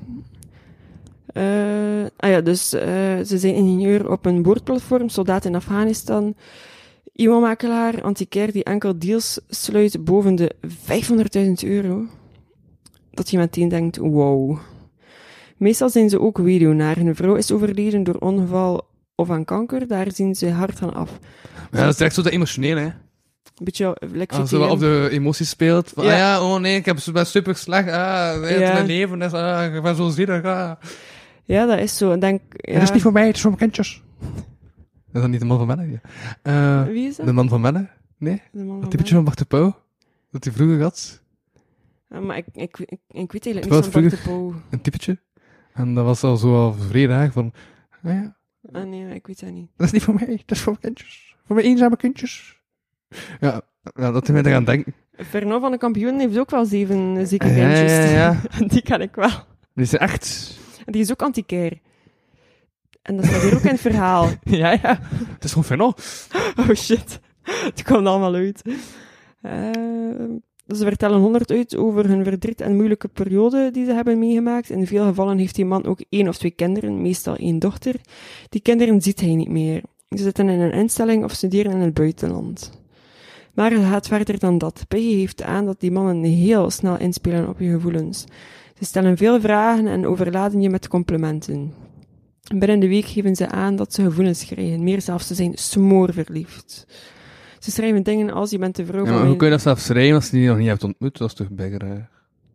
Eh, ah ja, dus eh, ze zijn ingenieur op een boordplatform, soldaat in Afghanistan, I M O-makelaar, antiquair die enkel deals sluit boven de vijfhonderdduizend euro. Dat je meteen denkt, wow. Meestal zijn ze ook weduwnaar. Hun vrouw is overleden door ongeval of aan kanker, daar zien ze hard van af. Ja, dat is echt zo dat emotioneel, hè. Een beetje, like Als je wel op de emoties speelt. Van, Ja. ah ja, oh nee, ik heb ben super slecht. Ah, het Ja. mijn leven is, ah, ik ben zo zielig. Ah. Ja, dat is zo. En denk, ja, Het is niet voor mij, het is voor mijn kindjes. Is dat niet de man van Menne? Ja. Eh, Wie is dat? de man van Menne? Nee? De man van Dat typetje van Bart de Pauw? Dat hij vroeger had? Ja, maar ik, ik, ik, ik weet eigenlijk Het was niet van Bart de vroeger- Pauw. Een typetje. En dat was al zo al vrij raar van... Ah ja, Ah nee, ik weet dat niet. dat is niet voor mij, dat is voor mijn kindjes. Voor mijn eenzame kindjes. Ja, ja dat hij mij eraan denken. Fernand van de Kampioen heeft ook wel zeven eh, zieke Ja, ja, kindjes. ja, ja. En die ken ik wel. Die is echt... En die is ook antiquair. En dat staat hier ook in het verhaal. Ja, ja. Het is gewoon Fernand. Oh shit. Het komt allemaal uit. Eh, ze vertellen honderd uit over hun verdriet en moeilijke periode die ze hebben meegemaakt. In veel gevallen heeft die man ook één of twee kinderen, meestal één dochter. Die kinderen ziet hij niet meer. Ze zitten in een instelling of studeren in het buitenland. Maar het gaat verder dan dat. Peggy geeft aan dat die mannen heel snel inspelen op je gevoelens. Ze stellen veel vragen en overladen je met complimenten. Binnen de week geven ze aan dat ze gevoelens krijgen. Meer zelfs, ze zijn smoorverliefd. Ze schrijven dingen als, je bent de vrouw Ja, van maar hoe mijn... kun je dat zelf schrijven als je die nog niet hebt ontmoet? Dat is toch bijgeraar?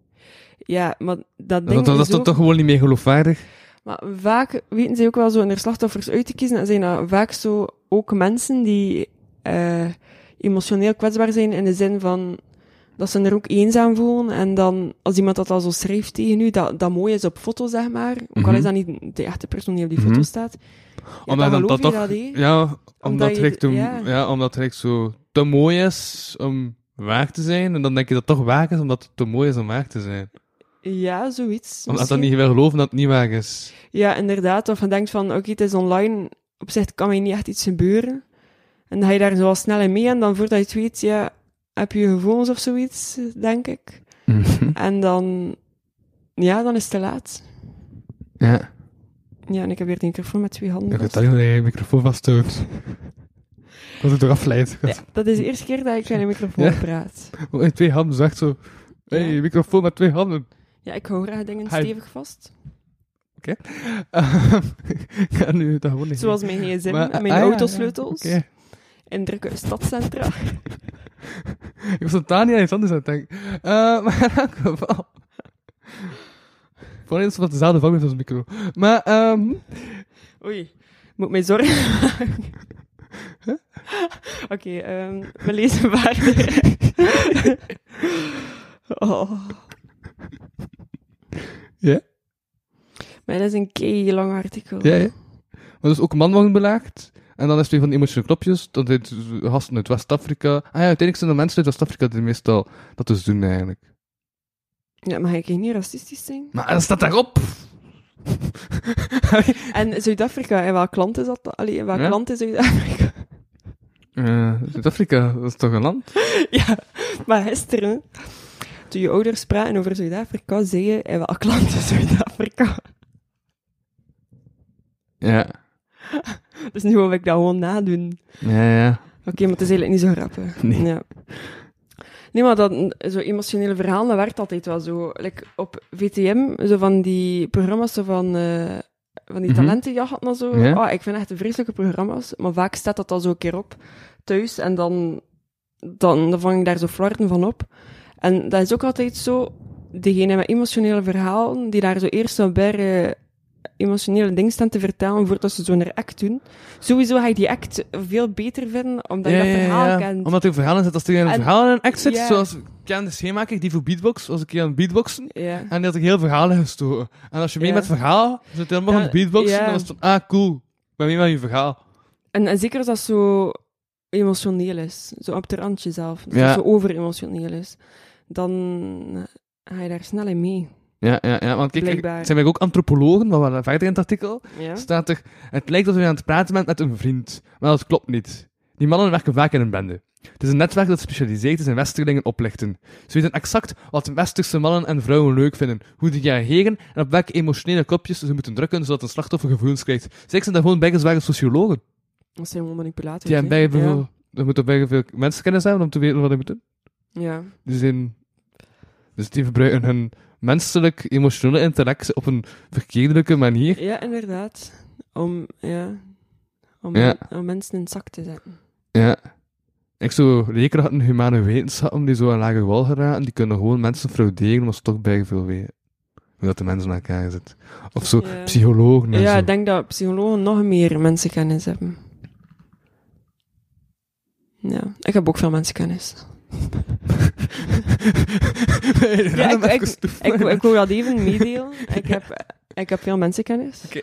Ja, maar dat Dat, ding dat, dat is is toch ook... toch gewoon niet meer geloofwaardig? Maar vaak weten ze ook wel zo hun slachtoffers uit te kiezen. En zijn dat vaak zo ook mensen die eh, emotioneel kwetsbaar zijn in de zin van dat ze er ook eenzaam voelen. En dan, als iemand dat al zo schrijft tegen u, dat, dat mooi is op foto, zeg maar. Ook al Mhm. is dat niet de echte persoon die op die Mhm. foto staat. Ja, Omdat dan dat, geloof dat je toch... dat, hè? ja, omdat, je het het- te, ja. ja, omdat het zo te mooi is om waar te zijn. En dan denk je dat het toch waar is, omdat het te mooi is om waar te zijn. Ja, zoiets. Omdat misschien. dan niet wil geloven dat het niet waar is. Ja, inderdaad. Of je denkt van, oké, het is online. Op zich kan mij niet echt iets gebeuren. En dan ga je daar zo al snel in mee. En dan voordat je het weet, ja, heb je gevoelens of zoiets, denk ik. En dan, ja, dan is het te laat. Ja. Ja, en ik heb weer de microfoon met twee handen. Ik weet vast. dat je je microfoon vasthoudt. Dat het toch afleidt. Ja, dat is de eerste keer dat ik in een microfoon Ja. praat. In twee handen zo echt zo... Hey, Ja. microfoon met twee handen. Ja, ik hou graag dingen Hij- stevig vast. Oké. Ik ga nu dat gewoon niet. Zoals mijn gsm Maar- en mijn ah, ja, autosleutels. ja, oké. In drukke stadcentra. Ik was totaal niet aan iets anders aan het denken. Uh, maar in elk geval. Voor eens wat dezelfde vang met ons micro. Maar, um, Oei, moet mij zorgen maken. Oké, okay, um, we lezen verder. Oh. Ja? Maar dat is een kei lang artikel. Ja, ja. Maar dus ook een man worden belaagd. En dan is het weer van die emotionele knopjes. Dat uit gasten uit West-Afrika. Ah ja, uiteindelijk zijn er mensen uit West-Afrika die meestal dat dus doen eigenlijk. Ja, maar ik niet racistisch zijn? Maar dat staat daarop! En Zuid-Afrika, en welk land is dat? Allee, welk Ja? land is Zuid-Afrika? Uh, Zuid-Afrika, dat is toch een land? Ja, maar gisteren, toen je ouders praten over Zuid-Afrika, zei je, in welk land is Zuid-Afrika? Ja. Dus nu wil ik dat gewoon nadoen. Ja, ja. Oké, okay, maar het is eigenlijk niet zo grappig. Nee. Ja. Nee, maar dat, zo emotionele verhalen, dat werkt altijd wel zo. Like op V T M, zo van die programma's, zo van, uh, van die Mhm. talentenjachten en zo. Ja. Oh, ik vind echt de vreselijke programma's, maar vaak staat dat al zo een keer op thuis en dan, dan, dan vang ik daar zo flarten van op. En dat is ook altijd zo, degene met emotionele verhalen, die daar zo eerst zo bij emotionele dingen staan te vertellen voordat ze zo'n act doen. Sowieso ga je die act veel beter vinden, omdat je Ja, dat ja, verhaal ja. kent. Omdat er verhalen zit, als er een En- verhaal in een act zit, ja. zoals Ken de Schemaker, die voor beatbox, was een keer aan het beatboxen, Ja. en die had ik heel verhalen gestoken. En als je mee Ja. met het verhaal, zit helemaal Ja, aan het beatboxen, ja. dan was het van, ah, cool, ik ben mee met je verhaal. En, en zeker als dat zo emotioneel is, zo op het randje zelf, als Ja. dat zo over-emotioneel is, dan ga je daar snel in mee. Ja, ja, ja, want kijk, Blijkbaar. er zijn wij ook antropologen, maar wel verder in het artikel, Ja? staat er, het lijkt alsof je aan het praten bent met een vriend. Maar dat klopt niet. Die mannen werken vaak in een bende. Het is een netwerk dat gespecialiseerd is in westerlingen oplichten. Ze weten exact wat westerse mannen en vrouwen leuk vinden, hoe die reageren en op welke emotionele knopjes ze moeten drukken zodat een slachtoffer gevoelens krijgt. Zij zijn daar gewoon bijgezware sociologen. Dat zijn gewoon manipulators. Die hebben hè? bij veel, er moeten bij veel mensenkennis hebben om te weten wat ze moeten doen. Ja. Die zijn, dus die gebruiken hun menselijk emotionele interactie op een verkeerdelijke manier. Ja, inderdaad. Om, ja, om, Ja. om mensen in het zak te zetten. Ja. Ik zou rekenen had een humane wetenschappen die zo aan lage wal geraken, die kunnen gewoon mensen frauderen, maar ze toch bij veel weten. Hoe dat de mensen in elkaar zitten. Of zo, Ja. psychologen en Ja, zo. ik denk dat psychologen nog meer mensenkennis hebben. Ja, ik heb ook veel mensenkennis. Ja, ik, ik, ik, ik wil dat even meedelen. Ik heb, ik heb veel mensenkennis. Oké.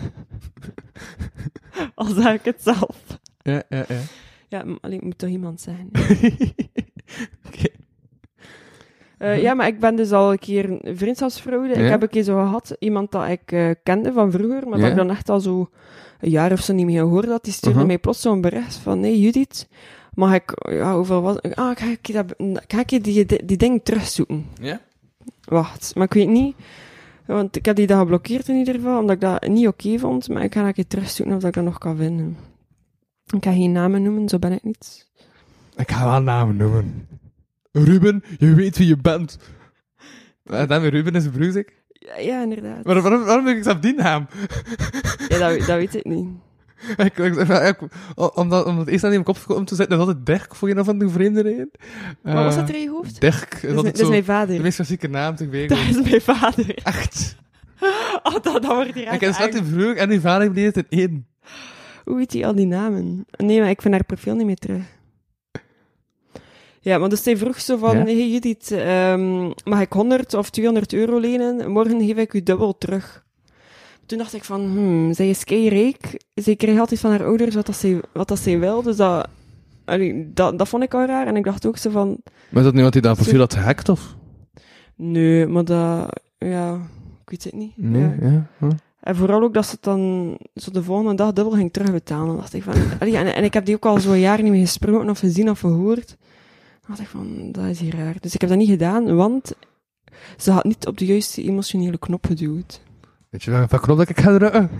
Al zeg ik het zelf. Ja, ja, ja. Ja, m- allee, moet toch iemand zijn. Oké. Uh, ja, maar ik ben dus al een keer een vriendschapsfraude. Ja? Ik heb een keer zo gehad, iemand dat ik uh, kende van vroeger, maar Ja? dat ik dan echt al zo een jaar of zo niet meer gehoord had. Die stuurde Uh-huh. mij plots zo'n bericht van, nee, Judith, mag ik, ja, hoeveel was het? Ah, ga ik, dat, ga ik die, die, die ding terugzoeken? Ja? Wacht, maar ik weet niet, want ik heb die dat geblokkeerd in ieder geval, omdat ik dat niet oké vond, maar ik ga een keer terugzoeken of dat ik dat nog kan vinden. Ik ga geen namen noemen, zo ben ik niet. Ik ga wel namen noemen. Ruben, je weet wie je bent. En dan weer Ruben is een broer, zeg. Ja, ja inderdaad. Maar waarom, waarom heb ik zelf die naam? Ja, dat, dat weet ik niet. ik, ik, ik, omdat, omdat eerst aan die kop om te zetten, is altijd Dirk voor een of andere vreemde reden. Wat was dat Uh, er in je hoofd? Dirk is Dat is, altijd dat is zo mijn de vader. meest klassieke naam ter wereld. Dat is mijn vader. Echt. Oh, dat, dat wordt hier Ik echt heb slecht eng. in vroeg en uw vader bleef het in één. Hoe weet hij al die namen? Nee, maar ik vind haar profiel niet meer terug. Ja, maar dus hij vroeg zo van, Ja? hey Judith, um, mag ik honderd of tweehonderd euro lenen? Morgen geef ik u dubbel terug. Toen dacht ik van, hmm, zij is keirijk. Zij krijgt altijd van haar ouders wat, dat zij, wat dat zij wil. Dus dat, allee, dat, dat vond ik al raar. En ik dacht ook zo van, Maar is dat nu wat hij dat profiel had gehackt, of? nee, maar dat, ja, ik weet het niet. Nee, Ja. ja. ja. En vooral ook dat ze het dan zo de volgende dag dubbel ging terugbetalen. Dan dacht ik van, allee, en, en ik heb die ook al zo'n jaar niet meer gesproken of gezien of gehoord. Dan dacht ik van, dat is hier raar. Dus ik heb dat niet gedaan, want ze had niet op de juiste emotionele knop geduwd. Weet je welke knop dat ik ga drukken?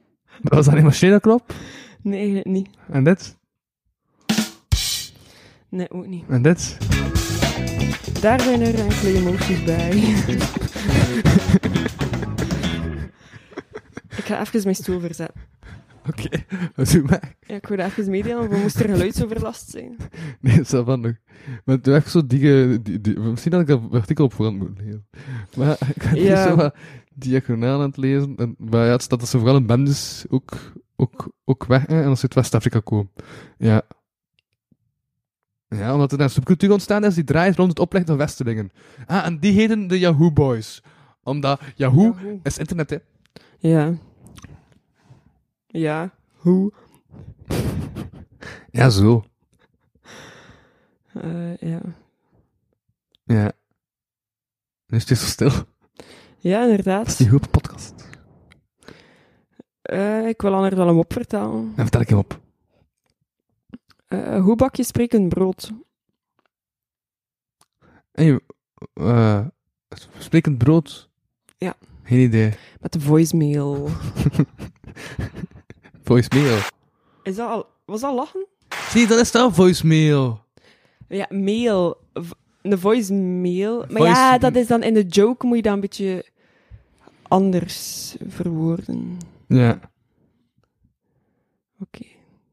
Dat was een emotionele knop. Nee, eigenlijk niet. En dit? Nee, ook niet. En dit? Daar zijn er enkele emoties bij. Ik ga even mijn stoel verzetten. Oké, okay. Wat doe maar? Ja, ik wilde even meedelen, of moest er geluidsoverlast zijn? Nee, dat is wel van nog. Maar toen heb ik zo die, die, die... Misschien had ik dat artikel op voorhand moeten lezen. Maar ik ben Ja. zo wat diagonaal aan het lezen. En, maar ja, het staat dat ze vooral in bendes ook, ook, ook weg, hè, en als ze uit West-Afrika komen. Ja. Ja, omdat er een subcultuur ontstaan is die draait rond het opleggen van Westerlingen. Ah, en die heten de Yahoo Boys. Omdat Yahoo, Yahoo. is internet, hè. Ja. Ja. Hoe? Ja, zo. Uh, ja. Ja. Nu is het zo stil. Ja, Dat is inderdaad. die goede podcast. Uh, ik wil anders wel hem opvertellen. Dan vertel ik hem op. Uh, hoe bak je sprekend brood? Hey, uh, sprekend brood? Ja. Geen idee. Met de voicemail. Voicemail. Is dat al... Was dat lachen? Zie, dat is wel voicemail. Ja, mail. V- Een voicemail. Maar Voice- ja, dat is dan in de joke moet je dat een beetje anders verwoorden. Ja. Oké.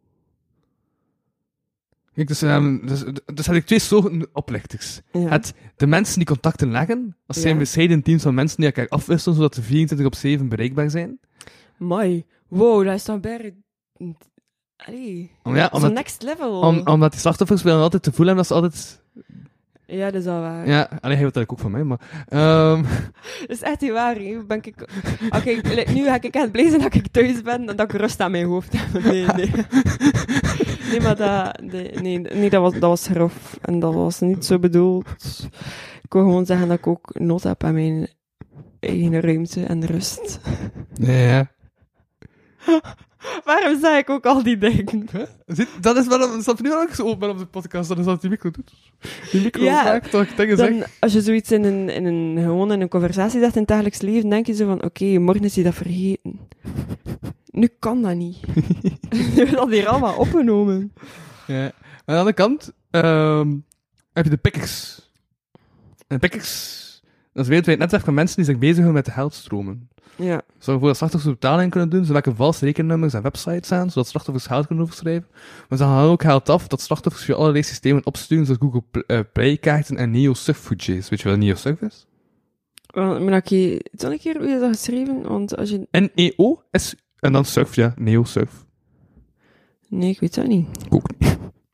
Kijk, dus, um, dus, dus heb ik twee soorten oplichters. Ja. Het, de mensen die contacten leggen, dat zijn Ja. bescheiden teams van mensen die elkaar afwisselen, zodat ze vierentwintig op zeven bereikbaar zijn. Mai. Wow, dat is dan bij... Allee. Om, ja, Dat is omdat, een next level. om, omdat die slachtoffers willen altijd te voelen hebben dat ze altijd... Ja, dat is wel waar. Ja, alleen hij wil dat ook van mij, maar... Um, Dat is echt niet waar. hè. Ben ik... Oké, like, nu ga ik echt blij zijn dat ik thuis ben en dat ik rust aan mijn hoofd heb. Nee, nee. Nee, maar dat... Nee, nee, nee dat, was, dat was grof. En dat was niet zo bedoeld. Ik wil gewoon zeggen dat ik ook nood heb aan mijn eigen ruimte en rust. ja, ja. Waarom zei ik ook al die dingen? Huh? Zit, dat is waarom, snap je nu waarom ik zo open ben op de podcast? Dat is wat die micro doet. Die micro Ja, maakt dat ik dingen Dan, zeg. als je zoiets in een, in een, gewoon in een conversatie zegt in het dagelijks leven, denk je zo van, oké, morgen is hij dat vergeten. Nu kan dat niet. Je hebt dat hier allemaal opgenomen. Ja. Maar aan de andere kant um, heb je de pickers. En de pickers, dat is een wereldwijd netwerk van mensen die zich bezighouden met de geldstromen. Ja. Zorg ervoor dat slachtoffers betaling kunnen doen. Ze leggen valse rekennummers en websites aan, zodat slachtoffers geld kunnen overschrijven. Maar ze halen ook geld af dat slachtoffers via allerlei systemen opsturen, zoals Google Pl- uh, Play-kaarten en NeoSurf-footages. Weet je wat NeoSurf is? Want, maar dat je... Zal ik hier hoe je dat geschreven? Want als je... N E O S en dan surf, ja. NeoSurf. Nee, ik weet dat niet. Ik ook niet.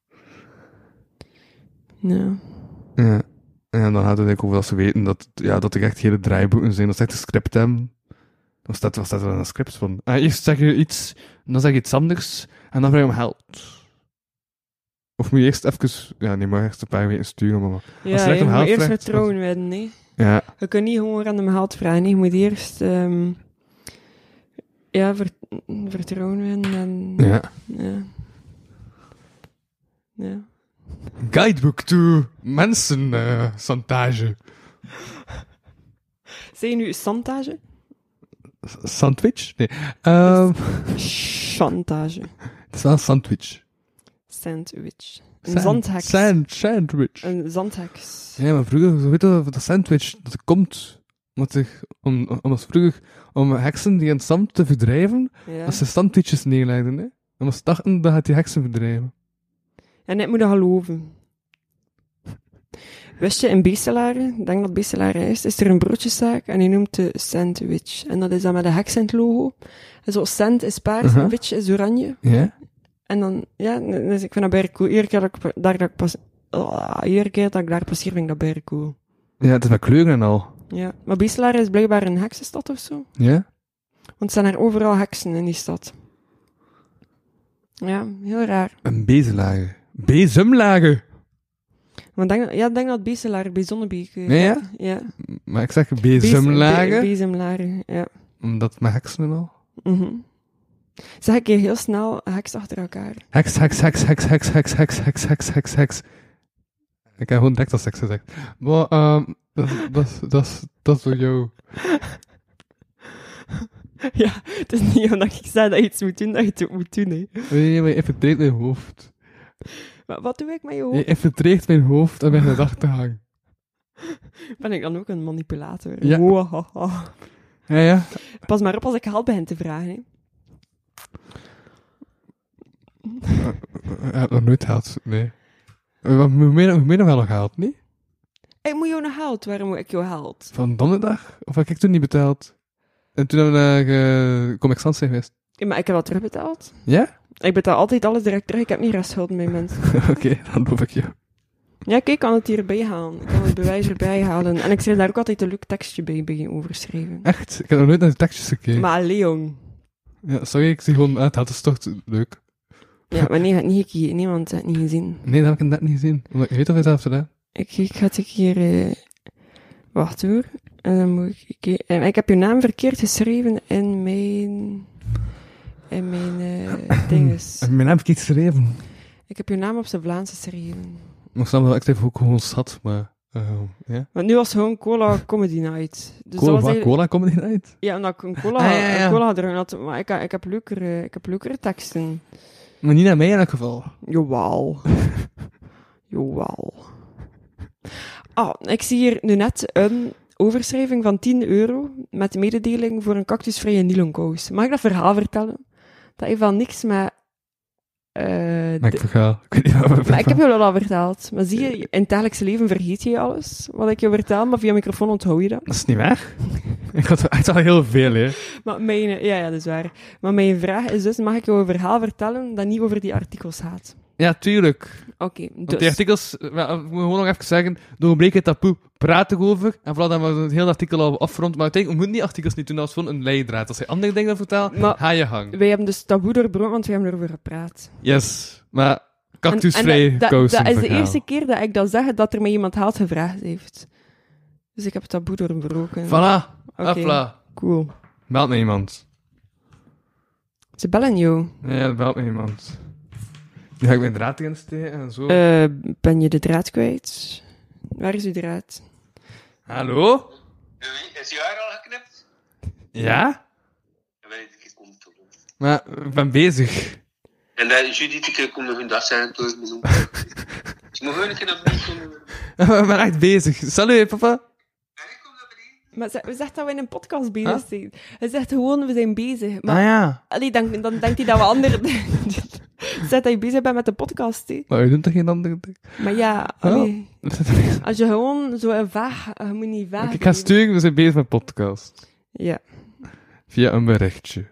Ja. Ja. En dan gaat het eigenlijk over dat ze weten dat, ja, dat er echt hele draaiboeken zijn, dat ze echt een script hebben. Wat staat, wat staat er in een script van? Ah, eerst zeg je iets, en dan zeg je iets anders, en dan vraag je om geld. Of moet je eerst even... Ja, nee, maar eerst een paar weken sturen, maar... Ja, Als je je echt om moet geld eerst vraagt, vertrouwen winnen, nee. Ja, Je kunt niet gewoon random geld vragen, nee. Je moet eerst... Um, ja, ver, vertrouwen winnen en... ja. Ja. Ja. Guidebook to mensen, uh, chantage. Zeg je nu chantage? Sandwich? Nee. Um, Chantage. het is wel een sandwich. Sandwich. Een Sand- zandheks. Sand, sandwich. Een zandheks. Ja, maar vroeger, zo weet je dat, dat sandwich, dat er komt, omdat er, om, om als vroeger, om heksen die in het zand te verdrijven, Ja. als ze sandwiches neerlegden, hè. En als ze dachten, dan gaat die heksen verdrijven. En ik moet dat geloven. Wist je, in Beeselare, ik denk dat Beeselare is, is er een broodjeszaak en die noemt de Sandwich. En dat is dan met een heks in het logo. En zo, sand is paars, Uh-huh. en witch is oranje. Ja? En dan, ja, dus ik vind dat bijna cool. Iedere keer dat ik, daar, dat ik pas, oh, iedere keer dat ik daar passeer, vind ik dat bijna cool. Ja, het is met kleuren en al. Ja, maar Beeselare is blijkbaar een heksenstad of zo. Ja? Want er zijn er overal heksen in die stad. Ja, heel raar. Een bezemlager. Bezemlager! Maar denk, ja, ik denk dat Beeselare bij Zonnebeek... eh, Nee, ja? Ja. Maar ik zeg Bezem- bezemlager, be- Bezemlager, ja. omdat met heksen en al. Mhm. Zeg ik hier heel snel heks achter elkaar. Heks, heks, heks, heks, heks, heks, heks, heks, heks, heks, heks. Ik heb gewoon direct als seks gezegd. Maar, ehm, dat, dat, dat, dat is voor jou. Ja, het is niet omdat ik zei dat je iets moet doen, dat je het ook moet doen, hè. Nee, maar je infiltreert mijn hoofd. Maar wat doe ik met je Je hoofd? infiltreert mijn hoofd en mijn gedachtegang. Ben ik dan ook een manipulator? Ja. Wow, ha, ha. Ja, ja. Pas maar op als ik geld begin te vragen. Hè. Ik heb nog nooit gehad, nee. Wat moet je hoe meer nog wel nog gehad, niet? Ik moet jou nog geld. Waarom moet ik jou geld? Van donderdag? Of heb ik toen niet betaald? En toen hebben we naar uh, Comic Sans zijn geweest. Ja, maar ik heb dat terugbetaald. Ja? Ik betaal altijd alles direct terug. Ik heb niet restschulden bij mensen. Oké, okay, dan geloof ik je. Ja, kijk, ik kan het hierbij halen. Ik kan het bewijs erbij halen. En ik schrijf daar ook altijd een leuk tekstje bij, bij overschrijven. Echt? Ik heb nog nooit naar de tekstjes gekeken. Maar Leon. Ja, sorry, ik zie gewoon, ah, dat is toch leuk. Ja, maar nee, ik heb niet gekeken. Niemand heeft het niet gezien. Nee, dat heb ik net niet gezien. Omdat ik weet of je dat hebt gedaan. Ik, ik ga het een keer... Uh... Wacht hoor. En dan moet ik... ik en ik heb je naam verkeerd geschreven in mijn... In mijn uh, dinges. Heb je mijn naam verkeerd geschreven? Ik heb je naam op zijn Vlaams geschreven. Ik snap wel, ik heb ook gewoon zat, maar... Uh, ja. Want nu was het gewoon Cola Comedy Night. Dus Cola, dat was wat? eigenlijk- Cola Comedy Night? Ja, omdat ik een cola, Ah, ja, ja. een cola erin had. Maar ik, ik, heb leukere, ik heb leukere teksten. Maar niet naar mij in elk geval. Jawel. Jawel. Ah, ik zie hier nu net een overschrijving van tien euro met de mededeling voor een cactusvrije nylonkous. Mag ik dat verhaal vertellen? Dat heeft wel niks met... Uh, Maar ik verga. Ik weet niet wat we maar ik heb jou dat al verteld. Maar zie je, in het dagelijkse leven vergeet je alles wat ik je vertel, maar via microfoon onthoud je dat. Dat is niet waar. Ik had echt al heel veel, hè. Maar mijn, ja, ja, dat is waar. Maar mijn vraag is dus, mag ik jou een verhaal vertellen dat niet over die artikels gaat? Ja, tuurlijk. Oké, okay, Want dus... die artikels, wel, ik moet gewoon nog even zeggen, doorbreken het taboe, praat erover, en vooral dat we het hele artikel al afronden. Maar uiteindelijk, we moeten die artikels niet doen als gewoon een leidraad. Als je andere dingen vertelt, Maar- ga je gang. Wij hebben dus taboe doorbroken, want we hebben erover gepraat. Yes. Maar En- cactusvrij en dat, dat, kousen dat is de verhaal. eerste keer dat ik dat zeg, dat er mij iemand haalt gevraagd heeft. Dus ik heb het taboe doorbroken. Voilà. Oké. Hopla. Cool. Belt me iemand. Ze bellen jou. Ja, belt me iemand. Nu ga ik mijn draad insteken en zo. Eh, ben je de draad kwijt? Waar is uw draad? Hallo? Is je haar al geknipt? Ja? Dan ben ik gekomen te doen. Maar ik ben bezig. En dan Judith, ik kom nog een dag zijn door me doen. Dus moet gewoon een keer naar beneden komen. Ik ben echt bezig. Salut, papa. En ik kom naar beneden. Maar ze- we zegt dat we in een podcast bezig Huh? zijn. Hij zegt gewoon, we zijn bezig. Maar Ah ja. allee, dan, dan denkt hij dat we andere... Zet dat je bezig bent met de podcast, hè. Maar je doet toch geen andere ding? Maar ja, Oh. allee, Oké, als je gewoon zo een vaag... Je moet niet vaag... ik ga blijven. sturen, we zijn bezig met podcast. Ja. Via een berichtje.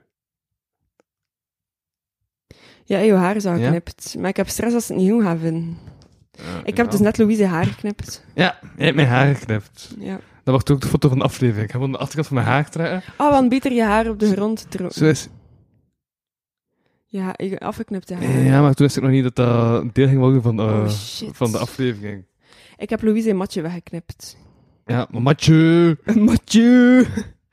Ja, je haar is al Ja? geknipt. Maar ik heb stress als ze het niet goed gaan vinden. Uh, Ik heb dus net Louise haar geknipt. Ja, jij hebt mijn haar geknipt. Ja. Dat wordt ook de foto van de aflevering. Ik ga gewoon de achterkant van mijn haar trekken. Oh, want beter je haar op de grond trokken. Zo is... Ja, je afgeknipte haar. Ja, maar toen wist ik nog niet dat dat een deel ging worden van, uh, Oh, shit. van de aflevering. Ik heb Louise een matje weggeknipt. Ja, maar matje. Een matje!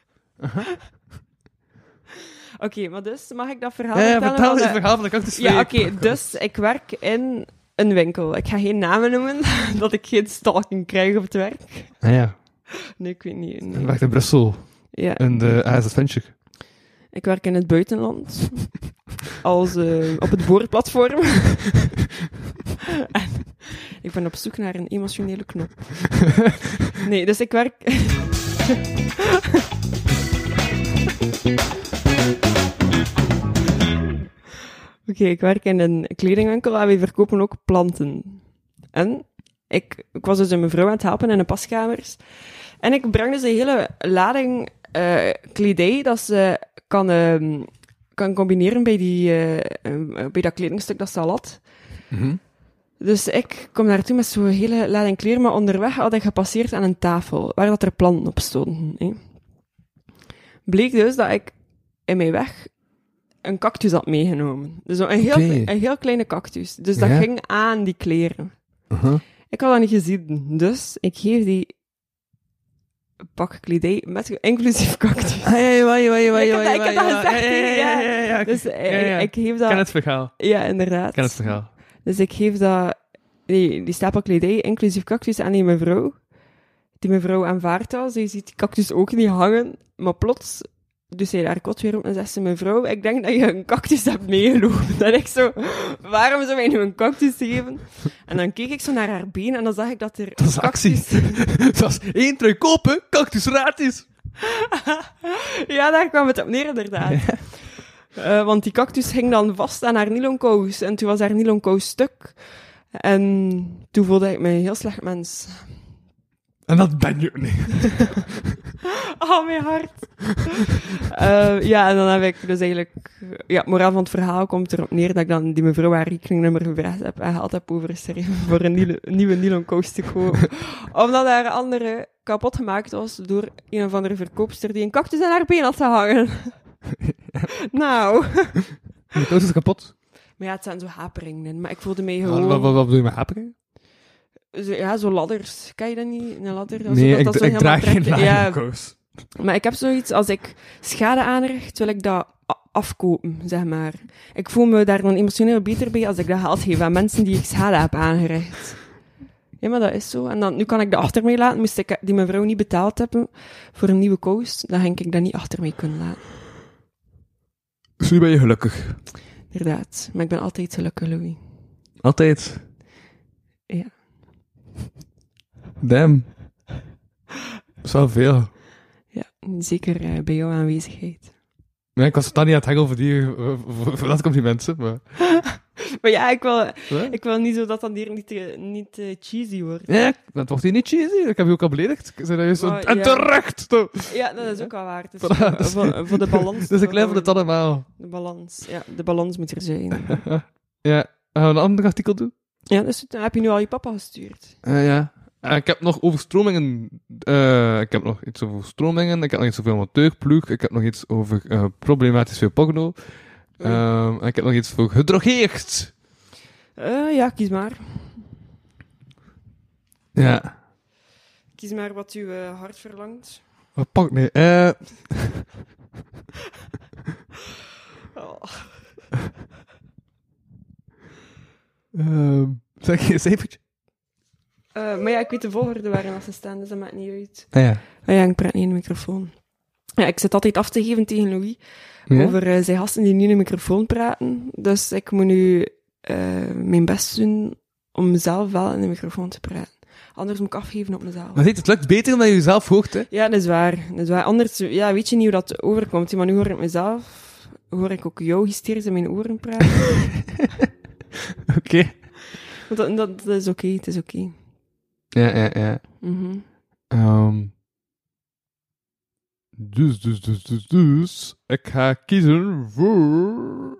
Oké, maar dus, mag ik dat verhaal Ja, ja, vertellen? vertel van eens de- het verhaal van de cactus. Ja, oké, dus ik werk in een winkel. Ik ga geen namen noemen, dat ik geen stalking krijg op het werk. Ah ja, Nee, ik weet niet. ik Nee. werk in Brussel. Ja, In de A S Adventure. ik werk in het buitenland. Als eh, op het boorplatform. En ik ben op zoek naar een emotionele knop. Nee, dus ik werk... Oké, ik werk in een kledingwinkel en wij verkopen ook planten. En ik, ik was dus een mevrouw aan het helpen in de paskamers. En ik breng dus een hele lading eh, kledij dat ze kan, ehm, kan combineren bij, die, eh, eh, bij dat kledingstuk dat ze al had. Mhm. Dus ik kom naartoe met zo'n hele lading kleren, maar onderweg had ik gepasseerd aan een tafel, waar dat er planten op stonden. Hè. Bleek dus dat ik in mijn weg een cactus had meegenomen. Dus een heel, Oké. een heel kleine cactus. Dus dat Ja. ging aan die kleren. Uh-huh. Ik had dat niet gezien, dus ik geef die pak kledij met inclusief cactus. Ah, ja, ja, ja, ja, Ik ja, heb dat- ik heb dat ja, gezegd, ja, ja, ja, ja, ja, Dus ja, eh, ja. ik geef Ik ken dat... het verhaal. Ja, inderdaad. Ik ken het verhaal. Dus ik geef dat, die, die stapel kledij, inclusief cactus, aan die mevrouw. Die mevrouw aanvaardt dat. Zij ziet die cactus ook niet hangen. Maar plots dus hij haar kot weer op en zegt ze, mevrouw, ik denk dat je een cactus hebt meegelopen. En ik zo, waarom zou hij nu een cactus geven? En dan keek ik zo naar haar been en dan zag ik dat er Dat is een actie. cactus... Dat is één trui kopen, cactus gratis. Ja, daar kwam het op neer, inderdaad. Ja. Uh, want die cactus hing dan vast aan haar nylonkous. En toen was haar nylonkous stuk. En toen voelde ik me een heel slecht mens. En dat ben je niet. Oh, mijn hart. uh, ja, en dan heb ik dus eigenlijk... Ja, het moraal van het verhaal komt erop neer dat ik dan die mevrouw haar rekeningnummer gevraagd heb en geld heb overgeschreven voor een nieuwe, nieuwe nylonkous te kopen. Omdat haar andere kapot gemaakt was door een of andere verkoopster die een cactus aan haar been had gehangen. Nou. De kous is kapot. Maar ja, het zijn zo haperingen in. Maar ik voelde mij Wat, gewoon... wat, wat, wat bedoel je met haperingen? Zo, ja, zo ladders. Ken je dat niet? Een ladder? Dat, Nee, zo, dat ik, dat ik zo draag geen helemaal trekt. Ja, kous. maar ik heb zoiets, als ik schade aanricht, wil ik dat a- afkopen, zeg maar. Ik voel me daar dan emotioneel beter bij als ik dat geld geef aan mensen die ik schade heb aangericht. Ja, maar dat is zo. En dan, nu kan ik dat achter mij laten. Moest ik die mevrouw niet betaald hebben voor een nieuwe kous, dan ging ik dat niet achter mij kunnen laten. Dus nu ben je gelukkig. Inderdaad. Maar ik ben altijd gelukkig, Louis. Altijd. Ja. Damn. Dat is wel veel. Ja, zeker uh, bij jouw aanwezigheid. Nee, ik was het dan niet aan het hangen over die... Uh, voor, voor dat complimenten, maar... Maar ja, ik wil, Huh? ik wil niet zo dat dat hier niet, te, niet te cheesy wordt. Ja, dat wordt hier niet cheesy. Ik heb je ook al beledigd. Ik zei dat je zo... Oh, en ja. terecht! Zo. Ja, dat is ook wel waar. Dus, Voilà, uh, dus- voor, voor de balans. Dus ik lever het allemaal. De balans, ja, de balans moet er zijn. Ja, gaan we een ander artikel doen? Ja, dus dan heb je nu al je papa gestuurd. Uh, ja. Uh, ik heb nog overstromingen. Uh, ik heb nog iets over stromingen. Ik heb nog iets over een teugploeg. Ik heb nog iets over uh, problematisch veel porno. Um, en ik heb nog iets voor gedrogeerd. Uh, ja, kies maar. Ja. Kies maar wat uw uh, hart verlangt. Wat pak nee? Eh. Oh. um, zeg je eens eventjes? Uh, maar ja, ik weet de volgorde waarin ze staan, dus dat maakt niet uit. Ah ja. Oh ja, ik praat niet in de microfoon. Ja, ik zit altijd af te geven tegen Louis Ja? over uh, zijn gasten die nu in de microfoon praten. Dus ik moet nu uh, mijn best doen om mezelf wel in de microfoon te praten. Anders moet ik afgeven op mezelf. Maar ziet, het lukt beter omdat je jezelf hoort, hè? Ja, dat is waar. Dat is waar. Anders ja, weet je niet hoe dat overkomt. Maar nu hoor ik mezelf, hoor ik ook jou hysterisch in mijn oren praten. Oké. Okay. Dat, dat, dat is oké, okay, het is oké. Okay. Ja, ja, ja. Mm-hmm. Um, dus, dus, dus, dus, dus. Ik ga kiezen voor...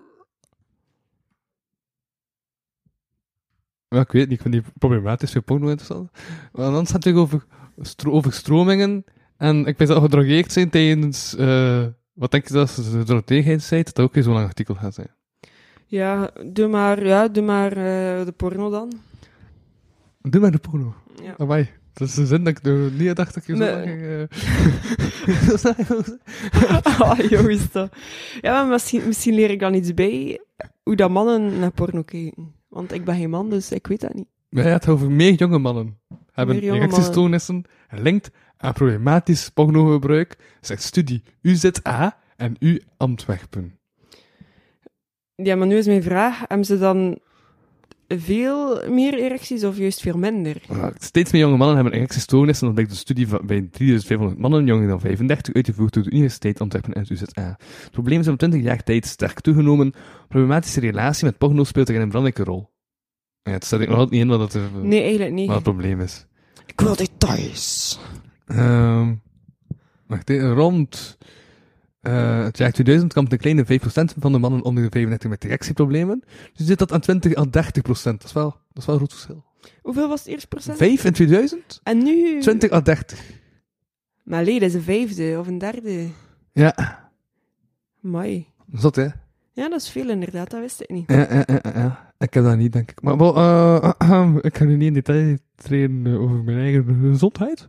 Maar ik weet niet, ik vind die problematisch voor porno interessant. Maar anders gaat het over, stro- over stromingen. En ik ben al gedrogeerd zijn tijdens... Uh, wat denk je dat ze gedrogeerd zijn? Dat dat ook weer zo'n lang artikel gaat zijn. Ja, doe maar, ja, doe maar uh, de porno dan. Doe maar de porno. Ja. Amai. Dat is een zin dat ik er niet dacht dat ik je zo lang ging... Uh... Oh, joh, is dat. Ja, maar misschien, misschien leer ik dan iets bij hoe dat mannen naar porno kijken. Want ik ben geen man, dus ik weet dat niet. Ja, het gaat over meer jonge mannen. Hebben Meer jonge erectiestoornissen gelinkt aan problematisch pornogebruik, zegt studie U Z A en U Antwerpen. Ja, maar nu is mijn vraag, hebben ze dan veel meer erecties of juist veel minder? Steeds meer jonge mannen hebben erectiestoornissen, dat blijkt de studie van bij drieduizend vijfhonderd mannen, jonger dan vijfendertig, uitgevoerd door de Universiteit Antwerpen en het U Z A. Het probleem is om twintig jaar tijd sterk toegenomen. Problematische relatie met porno speelt erin een belangrijke rol. Ja, het staat ik nog altijd niet in wat het, uh, Nee, eigenlijk niet. wat het probleem is. Ik wil details. Um, wacht even, rond uh, het jaar tweeduizend kwam een kleine vijf procent van de mannen onder de vijfendertig met erectieproblemen. Dus zit dat aan twintig à dertig procent. Dat is wel, dat is wel een groot verschil. Hoeveel was het eerste procent? vijf in tweeduizend? En nu? twintig à dertig. Maar nee, dat is een vijfde of een derde. Ja. Amai. Zot, hè? Ja, dat is veel inderdaad, dat wist ik niet. Ja, ja, ja, ja. Ik heb dat niet, denk ik. Maar wel, uh, uh, ik ga nu niet in detail treden uh, over mijn eigen gezondheid.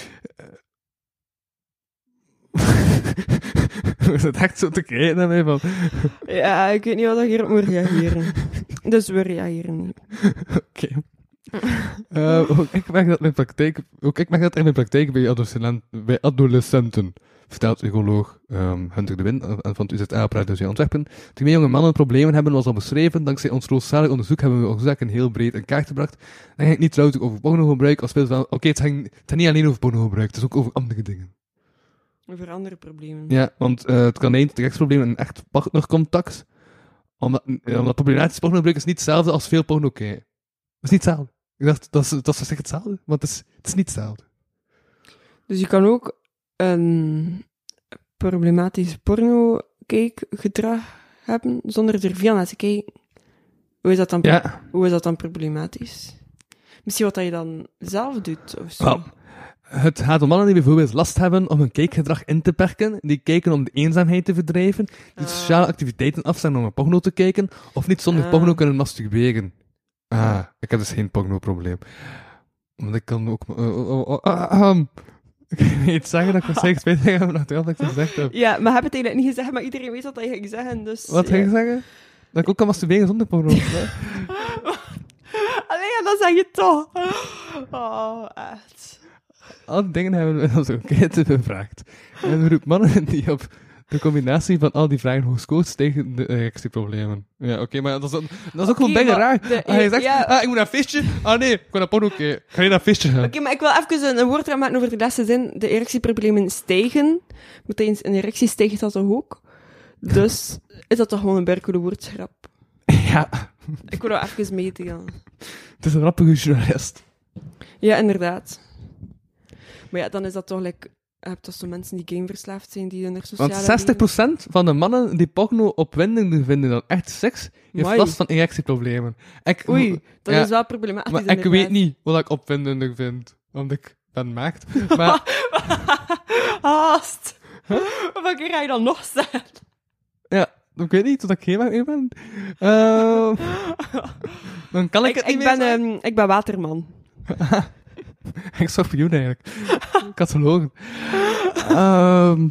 We zitten echt zo te kijken naar mij van... Ja, ik weet niet wat ik hierop moet reageren. Dus we reageren niet. Oké. Okay. Uh, ook ik merk dat in mijn praktijk, ook ik merk dat in mijn praktijk bij adolescenten, bij adolescenten vertelt psycholoog um, Hunter de Win uh, van het U Z A op Radio Antwerpen. Die jonge mannen problemen hebben, was al beschreven. Dankzij ons rooszalig onderzoek hebben we oorzaken heel breed in kaart gebracht. Dan ging het niet trouwens over pornogebruik, als veel van, oké, okay, het ging het ging niet alleen over pornogebruik, het is ook over andere dingen. Over andere problemen. Ja, want uh, het kan één rechtsprobleem in echt partnercontact, omdat, uh, omdat problematisch pornogebruik is niet hetzelfde als veel porno kijken. Dat is niet hetzelfde. Ik dacht, dat is, dat is echt hetzelfde, maar het is, het is niet hetzelfde. Dus je kan ook een problematisch porno-kijkgedrag hebben, zonder er veel naar te kijken. Hoe is dat dan, Ja. hoe is dat dan problematisch? Misschien wat dat je dan zelf doet, of zo. Wel, het gaat om mannen die bijvoorbeeld last hebben om hun kijkgedrag in te perken, die kijken om de eenzaamheid te verdrijven, die Ah. sociale activiteiten afstaan om een porno te kijken, of niet zonder Ah. porno kunnen masturberen. Ah, ik heb dus geen porno-probleem. Want ik kan ook... Uh, uh, uh, uh, um, ik weet niet zeggen dat ik waarschijnlijk spijt heb van achteraf dat ik het gezegd heb. Ja, maar heb het eigenlijk niet gezegd, maar iedereen weet wat je ging zeggen, dus... Wat ja. ga je zeggen? Dat ik ook kan masturberen zonder porno. hè? Allee, ja, dat zeg je toch. Oh, echt. Al die dingen hebben we in onze enquête bevraagd. En we roepen mannen die op de combinatie van al die vragen hoog scoort tegen de erectieproblemen. Ja, oké, okay, maar dat is, dat is ook gewoon Oké, bijna maar raar. de- Als je zegt, ja. ah, ik moet naar een feestje. Ah nee, ik wil naar porno kijken. Ga je naar een feestje gaan? Oké, maar ik wil even een, een woord gaan maken over de laatste zin. De erectieproblemen stijgen. Meteen een erectie stijgt dat toch ook? Dus is dat toch gewoon een berkele woordschrap? Ja, Ik wil dat even meten. het is een rappige journalist. Ja, inderdaad. Maar ja, dan is dat toch like, je hebt toch zo mensen die gameverslaafd zijn, die hun sociale... Want zestig procent van de mannen die porno opwindender vinden dan echt seks, heeft Amai. last van erectieproblemen. Ik, Oei, dat ja, is wel problematisch. maar ik inderdaad. weet niet wat ik opwindender vind. Want ik ben maagd. Maar Haast. Wat ga je dan nog zeggen? ja, ik weet niet, tot ik geen meer ben. Uh, dan kan ik, Ik, het niet ik, meer ben, zeggen. ehm, ik ben waterman. Ik zag voor jou eigenlijk. Ik had verloren. Ehm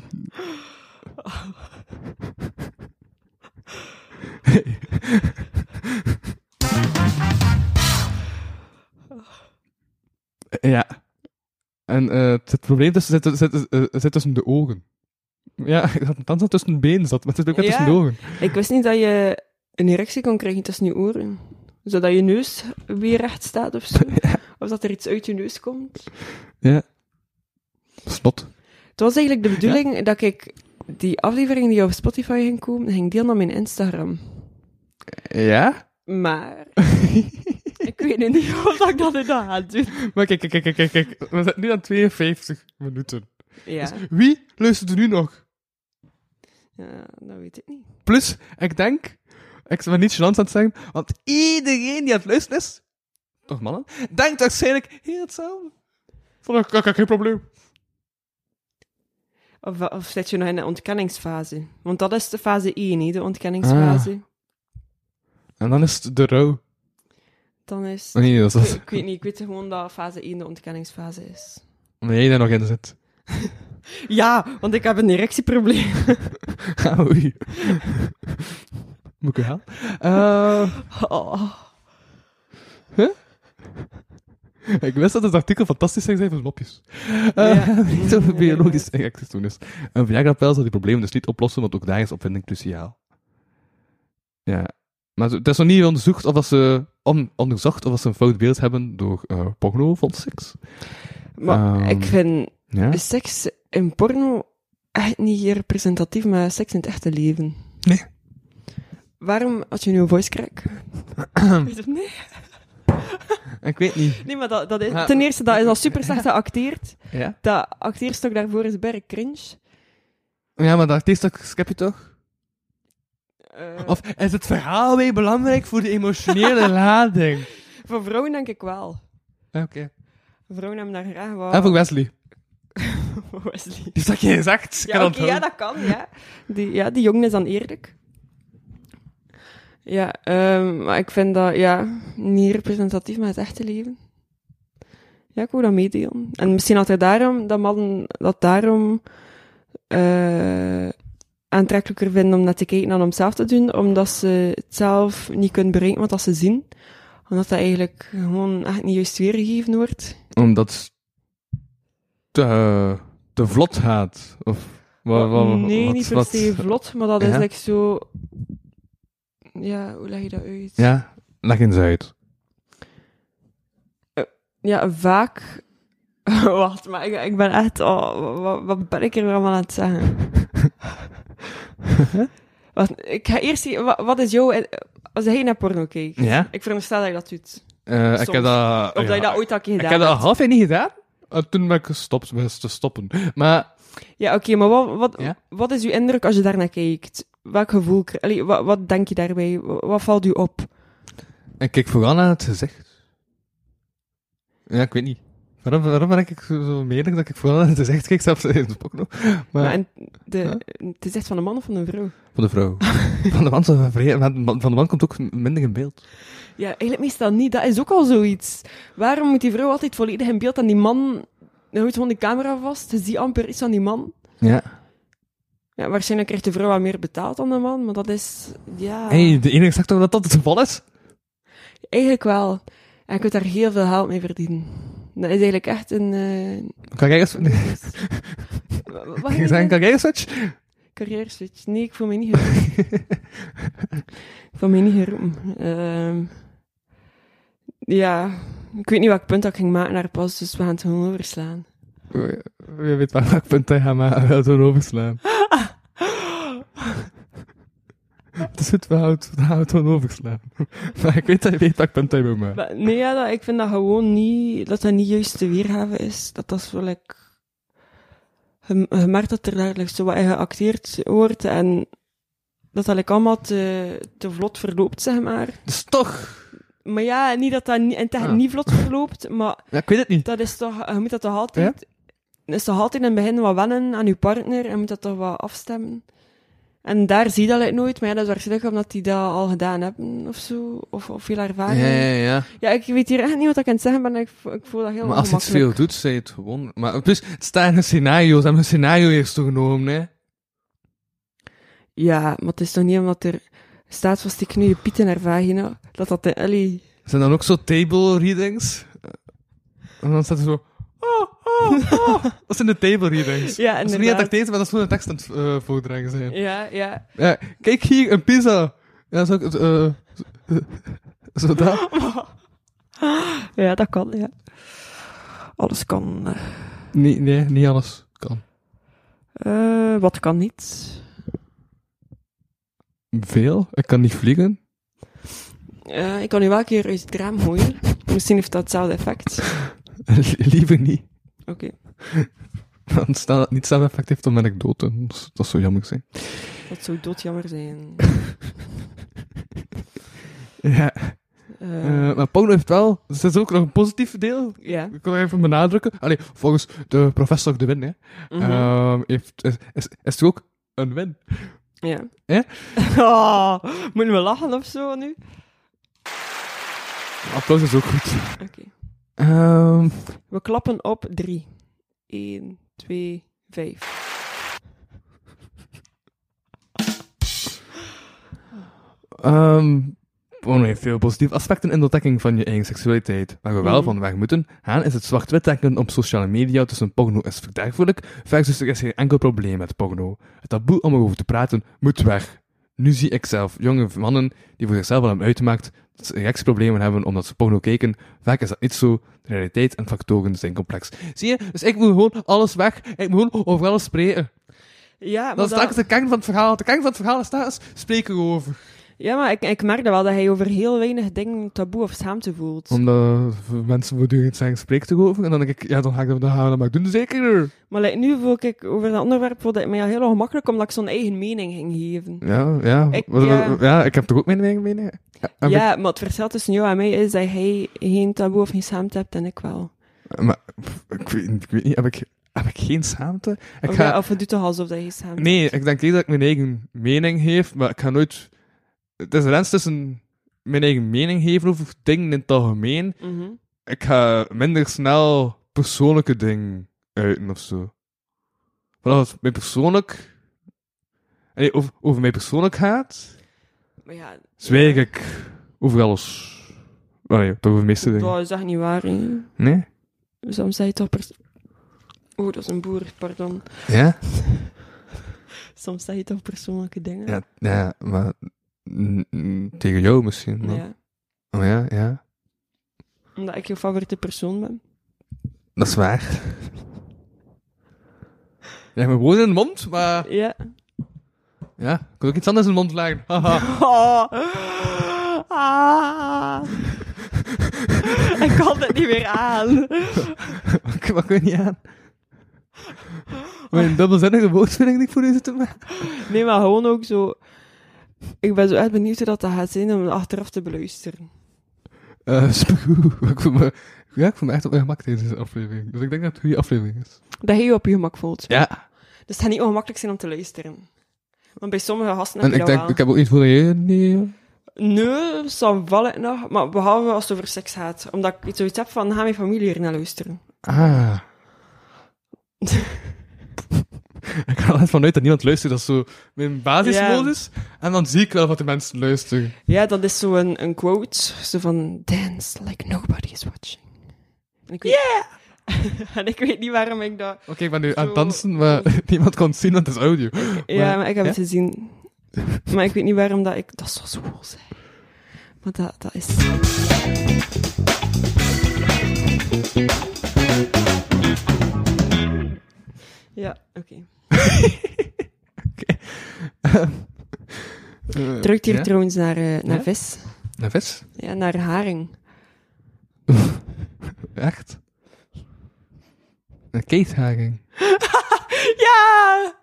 ja. En uh, het probleem tussen, zit, zit, zit, zit tussen de ogen. Ja, ik had een tand tussen de benen zat, maar het is ook Ja. tussen de ogen. Ik wist niet dat je een erectie kon krijgen tussen je oren. Zodat je neus weer recht staat of zo. Of dat er iets uit je neus komt. Ja. Snot. Het was eigenlijk de bedoeling dat ik die aflevering die op Spotify ging komen, ging delen op mijn Instagram. Ja? Maar ik weet nu niet of dat ik dat nu dan ga doen. Maar kijk, kijk, kijk, kijk, kijk. We zitten nu aan tweeënvijftig minuten. Ja, Wie luistert er nu nog? ja dat weet ik niet. Plus, ik denk, ik ben niet gênant aan het zeggen, want iedereen die aan het luisteren is, toch mannen, denkt waarschijnlijk heel hetzelfde. Van, ik heb geen probleem. Of, of zit je nog in de ontkenningsfase? Want dat is de fase één, hè, de ontkenningsfase. En dan is het de rouw. Dan is... Oh, nee, dat is ik, dat. ik weet niet, ik weet gewoon dat fase één de ontkenningsfase is. Omdat jij daar nog in zit. Ja, want ik heb een erectieprobleem. Ah, oei. Moet ik u halen? Uh, Oh. ik wist dat het artikel fantastisch zou zijn voor mopjes. Uh, Ja. Niet over biologisch erecties doen is. Een Viagra-pijl zal die problemen dus niet oplossen, want ook daar is opwinding cruciaal. Ja. Maar het is nog niet onderzocht of dat ze, on, onderzocht of dat ze een fout beeld hebben door uh, porno van seks. Maar Ehm, ik vind Ja? seks in porno echt niet representatief met seks in het echte leven. Nee. Waarom had je nu een voice crack? Weet het niet? Ik weet niet. Nee, maar dat, dat is, Ja. ten eerste, dat is al super slecht geacteerd. Ja? Dat acteerstuk daarvoor is berg cringe. Ja, maar dat artieststuk skip je toch? Eh, Of is het verhaal weer belangrijk voor de emotionele lading? Voor vrouwen denk ik wel. Oké. Okay. Vrouwen hebben daar graag wat... En voor Wesley. Wesley. Die is dat je gezegd. Ik Ja, kan oké, ja, onthouden. dat kan, ja. Die, ja, die jongen is dan eerlijk. Ja, ehm, maar ik vind dat, ja, niet representatief met het echte leven. Ja, ik wil dat meedelen. En misschien had hij daarom, dat mannen dat daarom eh, aantrekkelijker vinden om net te kijken dan om zelf te doen, omdat ze het zelf niet kunnen bereiken wat dat ze zien. Omdat dat eigenlijk gewoon echt niet juist weergegeven wordt. Omdat het te, te vlot gaat? Of, wat, wat, nee, wat, niet per wat- se vlot, maar dat is Ja? like zo... Ja, hoe leg je dat uit? Ja, leg eens uit. Ja, vaak... Wacht, maar ik, ik ben echt... Oh, wat, wat ben ik er weer allemaal aan het zeggen? Wacht, ik ga eerst zien... Wat, wat is jouw... Als jij naar porno kijkt... Ja? Ik veronderstel dat je dat doet. Eh, ik Soms. heb dat... Of dat ja, je dat ooit al een keer Ik gedaan heb dat hebt. half jaar niet gedaan. En toen ben ik gestopt, wist te stoppen. Maar, Ja, oké, maar wat, wat, Ja? wat is uw indruk als je daarnaar kijkt? Welk gevoel... kri- Allee, wat, wat denk je daarbij? Wat, wat valt u op? ik kijk vooral naar het gezicht. Ja, ik weet niet. Waarom, waarom ben ik zo, zo menig dat ik vooral naar het gezicht kijk, zelfs in de porno? Maar, Maar en de, Ja? het is echt van een man of van een vrouw? van de vrouw. Van de man, zo vrij- van van de man komt ook minder in beeld. Ja, eigenlijk meestal niet. Dat is ook al zoiets. Waarom moet die vrouw altijd volledig in beeld en die man... Dan houdt gewoon de camera vast. Je ziet amper iets van die man. Ja. Ja, waarschijnlijk krijgt de vrouw wat meer betaald dan de man, maar dat is... Ja... Hey, de enige sector dat dat het geval is? Eigenlijk wel. En je kunt daar heel veel geld mee verdienen. Dat is eigenlijk echt een... eh, Kan jij eens... Wat Kan ging je je zeggen, kan jij eens switch? Carrière switch. Nee, ik voel me niet geroepen. ik voel me niet geroepen. Ehm, ja, ik weet niet welk punt dat ik ging maken naar pas, dus we gaan het gewoon overslaan. Je weet waar welk punt hij gaat maar hij wil het gewoon overslaan. Het is goed, we gaan het, we gaan het gewoon overslaan. Maar ik weet dat je weet welk punt hij wil maken. Maar, nee, ja, dat, ik vind dat gewoon niet, dat dat niet juist de weergave is. Dat dat zo, like, je, je merkt dat er daar like, zo wat in geacteerd wordt en dat dat like, allemaal te, te vlot verloopt, zeg maar. Dus toch... Maar ja, niet dat dat niet, in het echt Ah. niet vlot verloopt, maar Ja, ik weet het niet. dat is toch, je moet dat toch altijd, is toch altijd in het begin wat wennen aan je partner en je moet dat toch wat afstemmen. En daar zie je dat like, nooit, maar ja, dat is waarschijnlijk omdat die dat al gedaan hebben, of zo, of, of veel ervaring. Ja, ja, ja. Ja, ik weet hier echt niet wat ik aan het zeggen ben, ik, vo- ik voel dat heel Maar als je iets ongemakkelijk. veel doet, zei je het gewoon. Maar plus, het staat in een scenario. Ze hebben een scenario eerst genomen, hè. Ja, maar het is toch niet omdat er staat van stik nu je piet in haar vagina, dat dat de Ellie... Zijn dan ook zo table readings? En dan staat er zo... Oh, oh, oh. Dat zijn de table readings. Ja, Dat is niet inderdaad. dat deze, maar dat is gewoon een tekst aan het eh, voordragen zijn. Ja, ja. Ja, kijk hier, een pizza. Ja, zo, uh, zo dat. Ja, dat kan, ja. Alles kan. eh. Nee, nee, niet alles kan. Eh, wat kan niet? Veel. Ik kan niet vliegen. Eh, ik kan nu wel een keer uit het raam gooien. Misschien heeft dat hetzelfde effect. Liever niet. Oké. Want stel dat het niet hetzelfde effect heeft, dan ben ik dood. En dat, is- dat zou jammer zijn. Dat zou doodjammer zijn. Ja. Eh, Eh, maar porno heeft wel... Dus er is ook nog een positief deel. ja. Ik wil even benadrukken. Allee, volgens de professor de Win, hè. Mhm. Ehm, heeft, is, is, is er ook een win. Ja. Eh? Oh, moeten we lachen of zo nu? Applaus is ook goed. Oké. Ehm, We klappen op drie. Eén, twee, vijf. ehm, porno heeft veel positieve aspecten in de ontdekking van je eigen seksualiteit. Waar we wel Mhm. van weg moeten gaan, is het zwart-wit denken op sociale media tussen porno is verderfelijk, versus er is geen enkel probleem met porno. Het taboe om erover te praten moet weg. Nu zie ik zelf jonge mannen die voor zichzelf al hebben uitgemaakt dat ze erectieproblemen hebben omdat ze porno kijken. Vaak is dat niet zo. De realiteit en factoren zijn complex. Zie je? Dus ik moet gewoon alles weg. Ik moet gewoon over alles spreken. Ja, maar Dat is telkens de kern van het verhaal. De kern van het verhaal is telkens spreken erover. Ja, maar ik, ik merkte wel dat hij over heel weinig dingen taboe of schaamte voelt. Omdat mensen voortdurend zeggen, spreek erover. En dan denk ik, ja, dan, ga ik, dat- dan gaan we dat maar doen, zeker. Maar like, nu voel ik over dat onderwerp voelde ik me ja heel ongemakkelijk omdat ik zo'n eigen mening ging geven. Ja, ja. Ik- Wat- ja. ja, ik heb toch ook mijn eigen mening? Ja, heb Ja, maar het verschil tussen jou en mij is dat hij geen taboe of geen schaamte hebt en ik wel. ik- maar, pff, ik weet, ik weet niet, heb ik, heb ik geen schaamte? Ik Of, ga, ja, of het doet toch alsof dat je schaamte nee, hebt. ik denk eerder dat ik mijn eigen mening geef, maar ik ga nooit... Het is een grens tussen mijn eigen mening geven over dingen in het algemeen. Mhm. Ik ga minder snel persoonlijke dingen uiten of zo. Want als het mij persoonlijk... Allee, over, over mij persoonlijk gaat, Maar ja, zwijg ik over alles. Oh nee, toch de meeste dingen. Dat is echt niet waar, hè. Nee? Soms zeg je toch... Pers- oh, dat is een boer, pardon. Ja? Soms zeg je toch persoonlijke dingen. Ja, ja maar... mm, mm, tegen jou misschien. Maar... Ja. Oh ja, ja. Omdat ik je favoriete persoon ben. Dat is waar. Je hebt me woorden in de mond, maar... Ja. Ja, ik kan ook iets anders in de mond leggen. Haha. Oh. Ah. Ik kan het niet meer aan. Ik mag er niet aan. Mijn dubbelzinnige woordspeling die ik voor u zit te maken. Nee, maar gewoon ook zo... Ik ben zo echt benieuwd hoe dat, dat gaat zijn om het achteraf te beluisteren. Uh, ik voel me... Ja, ik voel me echt op mijn gemak tijdens deze aflevering. Dus ik denk dat het een goede aflevering is. Dat je je op je gemak voelt. Ja. Dus het gaat niet ongemakkelijk zijn om te luisteren. Want bij sommige gasten En heb je ik dat denk, wel. ik heb ook niet voor je... Nee. Nee, zo val ik nog. Maar behalve als het over seks gaat. Omdat ik zoiets heb van, ga mijn familie hier naar luisteren. Ah. Ik ga er altijd vanuit dat niemand luistert. Dat is zo mijn basismodus. En dan zie ik wel wat de mensen luisteren. Ja, dat is zo een, een quote. Zo van, dance like nobody is watching. En ik weet, yeah! En ik weet niet waarom ik dat... Oké, okay, ik ben nu Zo. aan het dansen, maar niemand kan het zien, want het is audio. Ja, Maar- maar ik heb ja? het gezien. Maar ik weet niet waarom dat ik... Dat zo zwoel zijn. Maar dat, dat is... Ja, oké. Uh, Drukt hier ja? trouwens naar, eh, naar Ja? vis. Naar vis? Ja, naar haring. Echt? Een keethaging. Ja!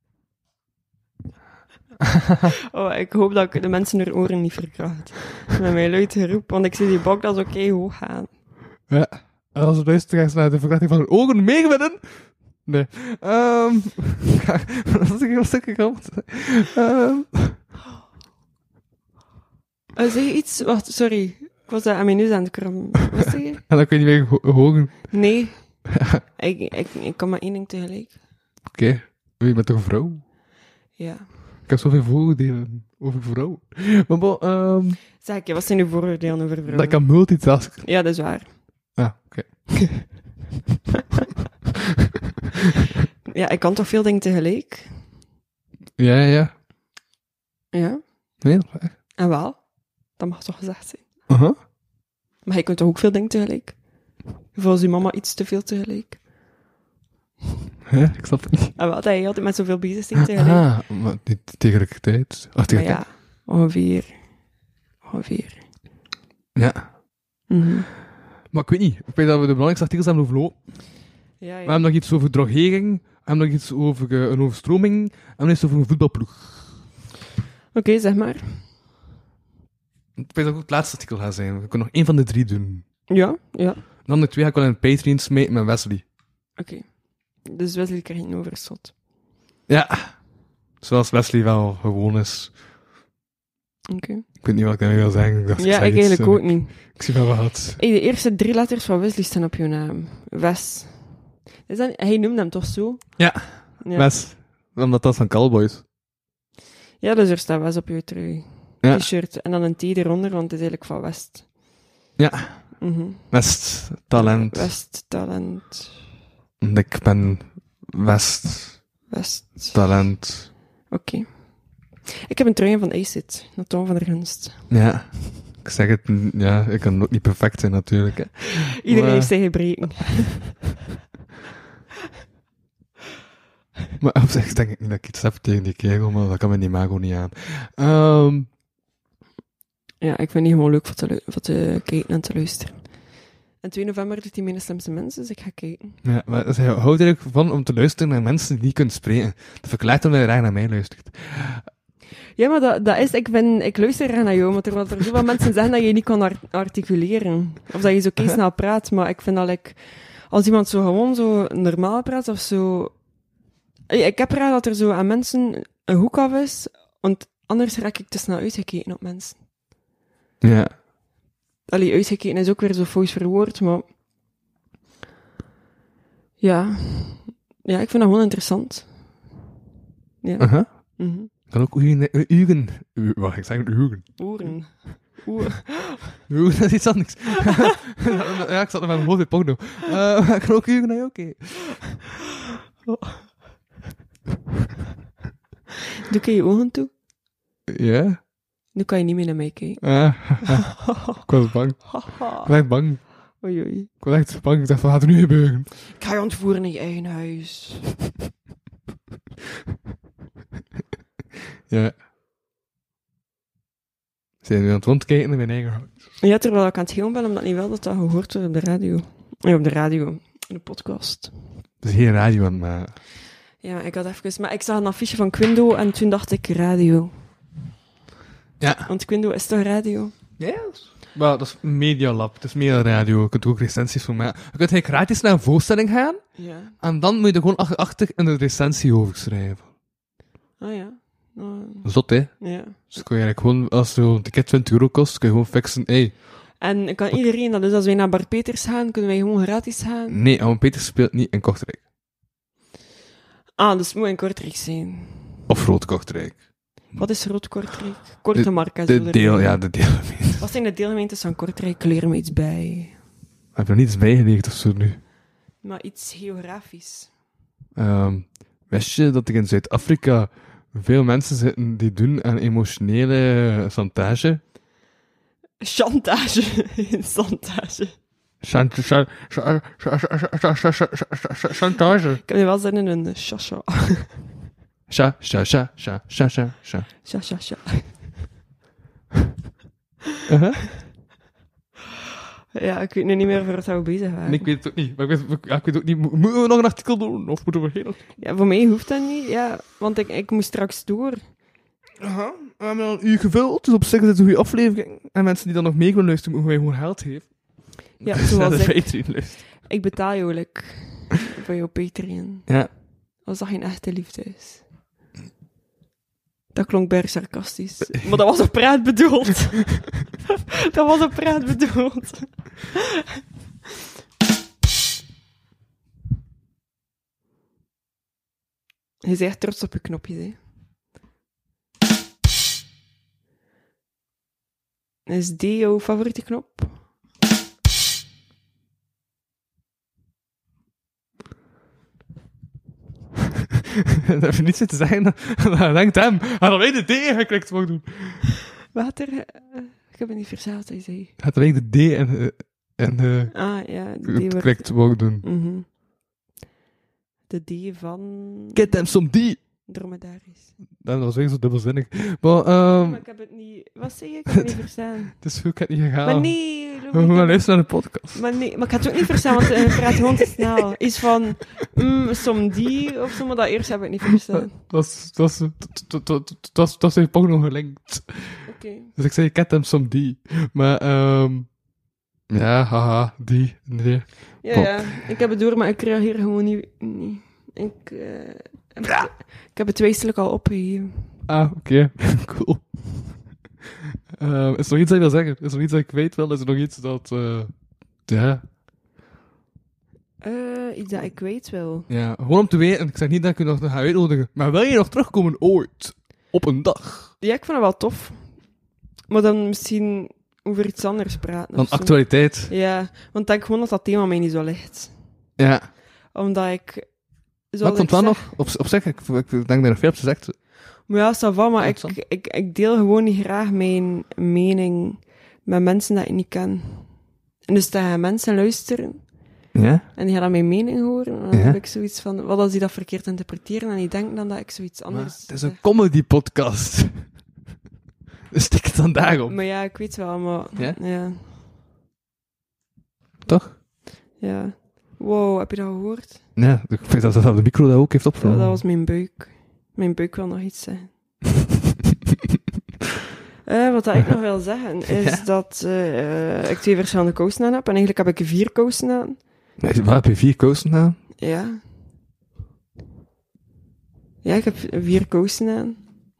Oh, ik hoop dat ik de mensen hun oren niet verkracht. Met mijn luid geroep, want ik zie die bok dat oké hoog gaan. Ja. En als de luisteraars naar de verkrachting van hun ogen meegewinnen... Nee. Ehm... dat is een heel stukje grappig. Ehm... Uh, zeg je iets? Wacht, sorry. Ik was uh, aan mijn neus aan het krabben. Wat zeg je? En dan kun je niet meer ho- hogen. Nee. ik, ik, ik kan maar één ding tegelijk. Oké. Okay. Je bent toch een vrouw? Ja. Ik heb zoveel vooroordelen over vrouwen. Maar bon, ehm... Zeg ik, wat zijn uw vooroordelen over vrouwen? dat ik kan multitasken. Ja, dat is waar. Ah, oké. Ja, ik kan toch veel dingen tegelijk? Ja, ja. Ja. Nee, dat is waar. En wel? Dat mag toch gezegd zijn. Uh-huh. Maar je kunt toch ook veel dingen tegelijk? Volgens je mama iets te veel tegelijk? Ja, ik snap het niet. En wel, dat je altijd met zoveel bezig bent tegelijk. Ah, maar niet tegelijkertijd. Ach, Maar tegelijkertijd. ja, ongeveer. Ongeveer. Ja. Mhm. Maar ik weet niet. Ik weet dat we de belangrijkste artikels hebben overlopen. Ja, ja. We hebben nog iets over drogering. We hebben nog iets over uh, een overstroming. En iets over een voetbalploeg. Oké, okay, zeg maar. Ik weet dat ook het laatste artikel gaat zijn. We kunnen nog één van de drie doen. Ja, ja. Dan de twee ga ik wel in Patreon smeten met Wesley. Oké. Okay. Dus Wesley krijgt een overschot. Ja. Zoals Wesley wel gewoon is. Oké. Okay. Ik weet niet wat ik daarmee wil zeggen. Ik dacht, Ja, ik ik iets, eigenlijk uh, ook niet. Ik zie wel wat. Hey, de eerste drie letters van Wesley staan op je naam. Wes. Is dat, hij noemde hem toch zo? Ja. Ja. Wes. Omdat dat is van Cowboys. Ja, dus er staat Wes op je trui. Ja. T-shirt. En dan een T eronder, want het is eigenlijk van West. Ja. Mm-hmm. West. Talent. West, talent. Ik ben West. West. Talent. Oké. Okay. Ik heb een trui van Acid. Naar Toon van der Gunst. Ja. Ik zeg het, ja, ik kan ook niet perfect zijn natuurlijk. Hè. Iedereen maar, heeft zijn gebreken. Maar op zich denk ik niet dat ik iets heb tegen die kerel, maar dat kan mijn imago niet aan. Um, ja, ik vind die gewoon leuk voor te, voor te kijken en te luisteren. En twee november doet hij mee de slimste mensen, dus ik ga kijken. Ja, maar hij houdt er ook van om te luisteren naar mensen die niet kunnen spreken. Dat verklaart hem dat hij graag naar mij luistert. Ja, maar dat, dat is, ik, ben, ik luister graag naar jou, maar terwijl er zoveel mensen zeggen dat je niet kan ar- articuleren. Of dat je zo kees snel praat, maar ik vind dat like, als iemand zo gewoon zo normaal praat of zo... Ik heb graag dat er zo aan mensen een hoek af is, want anders raak ik te snel uitgekeken op mensen. Ja. Allee, uitgekeken is ook weer zo fout verwoord, maar... Ja. Ja, ik vind dat gewoon interessant. Ja. Uh-huh. Mm-hmm. Ik kan ook uren... uren u, wacht, ik zeg uren. Oeren. Oeh. Oeh, dat is iets anders. Ja, ik zat er met mijn hoofd in porno. Uh, ik kan ook huren naar je, oké. Doe ik je ogen toe? Ja? Nu kan je niet meer naar mij kijken. Uh, ik was bang. Ik was echt bang. Oei, oei. Ik was echt bang. Ik dacht, wat gaat er nu gebeuren? Ik ga je ontvoeren naar je eigen huis. Ja. Zijn nu aan het rondkijken naar mijn eigen huis? Ja, terwijl ik aan het gaan ben, omdat ik niet wel dat dat gehoord wordt op de radio. Ja, op de radio. In de podcast. Het is geen radio aan het maken. Ja, ik had even... Maar ik zag een affiche van Quindo en toen dacht ik radio. Ja. Want Quindo is toch radio? Ja, maar dat is Media Lab. Het is meer radio. Je kunt er ook recensies voor maken. Je kunt eigenlijk gratis naar een voorstelling gaan. Ja. En dan moet je er gewoon ach- achter een recensie over schrijven. Ah ja. Uh, Zot, hè? ja. Dus kun je eigenlijk gewoon, als zo'n ticket twintig euro kost, kun je gewoon fixen. Hey. En kan iedereen dat, dus als wij naar Bart Peters gaan, kunnen wij gewoon gratis gaan? Nee, Alan Peters speelt niet in Kortrijk. Ah, dus het moet in Kortrijk zijn. Of Rood Kortrijk. Wat is Rood Kortrijk? Korte De- Marca. De zullen deel, er- ja, de deelgemeente. Wat zijn de deelgemeentes van Kortrijk? Leer me iets bij. Heb je er niets bijgeleerd of zo nu? Maar iets geografisch. Um, wist je dat er in Zuid-Afrika veel mensen zitten die doen aan emotionele chantage? Chantage. Chantage. Chant- cha- cha- cha- cha- cha- cha- cha- cha- cha- Chantage. Ik heb nu wel zin in een shasha. Sha, sha, sha, sha, sha, sha, sha. Sha, sha, sha. Uh-huh. Ja, ik weet nu niet meer voor wat we bezig waren. Nee, ik weet het ook niet. Maar ik weet, ja, ik weet ook niet. Mo- Moeten we nog een artikel doen? Of moeten we geen artikel? Ja, voor mij hoeft dat niet, ja. Want ik, ik moest straks door. Aha. We hebben al een uur gevuld, dus op zich is het een goede aflevering. En mensen die dan nog mee willen luisteren, moeten wij gewoon geld geven. Ja, Dus zoals naar de ik. Patreon luisteren. Ik betaal jou, like, voor jouw Patreon. Ja. Als dat geen echte liefde is. Dat klonk bijna sarcastisch. Maar dat was op praat bedoeld. Dat was op praat bedoeld. Je bent echt trots op je knopjes, hè. Is die jouw favoriete knop? Dat heb je niet zitten zeggen. Dan denkt hem. Had alleen de D geklikt mogen doen. Water? Uh, ik heb het niet verstaan wat hij zei. Had alleen de D en, uh, en uh, Ah, ja. Die wordt... geklikt mogen doen. Mhm. De D van... Get them some D. Dromedaris. Dat was weer zo dubbelzinnig. Maar, um, Maar ik heb het niet... Wat zei je? Ik heb het niet verstaan. het is goed, ik heb het niet gegaan. Maar nee, Louis, We ik gaan heb- luisteren naar de podcast. Maar nee, maar ik had het ook niet verstaan, want je praat gewoon te snel. Iets van, mm, som die, of zo, maar dat eerst heb ik niet verstaan. Dat is, dat is, dat, dat, dat is, dat is toch nog gelinkt. Oké. Dus ik zei, get them some D. Maar, um, ja, haha, die, nee. Ja, Bon. ja, ik heb het door, maar ik reageer gewoon niet. niet. Ik, eh, heb het, ik heb het wijselijk al opgegeven. Ah, oké, cool. Um, is er nog iets dat je wil zeggen? Is er nog iets dat ik weet wel? Is er nog iets dat, uh, ja, Eh, iets dat ik weet wel. ja, gewoon om te weten, ik zeg niet dat ik u nog ga uitnodigen, maar wil je nog terugkomen ooit? Op een dag? Ja, ik vind het wel tof. Maar dan misschien over iets anders praten. Dan of zo. actualiteit. Ja, want ik denk gewoon dat dat thema mij niet zo ligt. Ja. Omdat ik... Maar zoals ik vond wel zeg- nog, op, op zich, ik, ik denk dat er veel op gezegd. Maar ja, ça va, maar ik, Interessant. ik, ik deel gewoon niet graag mijn mening met mensen dat ik niet ken. En dus dat gaan mensen luisteren Ja? en die gaan dan mijn mening horen, en dan Ja. heb ik zoiets van, wat als die dat verkeerd interpreteren en die denken dan dat ik zoiets Maar anders het is een zeg. comedy podcast. Dus stik het dan daarom. Maar ja, ik weet wel, maar... Ja? Ja. Toch? Ja. Wow, heb je dat gehoord? Ja, ik vind dat, dat de micro dat ook heeft Dat, opgenomen. dat was mijn buik. Mijn buik wil nog iets zeggen. Eh, wat dat ik nog wil zeggen, is Ja? dat eh, ik twee verschillende kousen aan heb. En eigenlijk heb ik vier kousen aan. Nee, waar heb je vier kousen aan? Ja. Ja, ik heb vier kousen aan.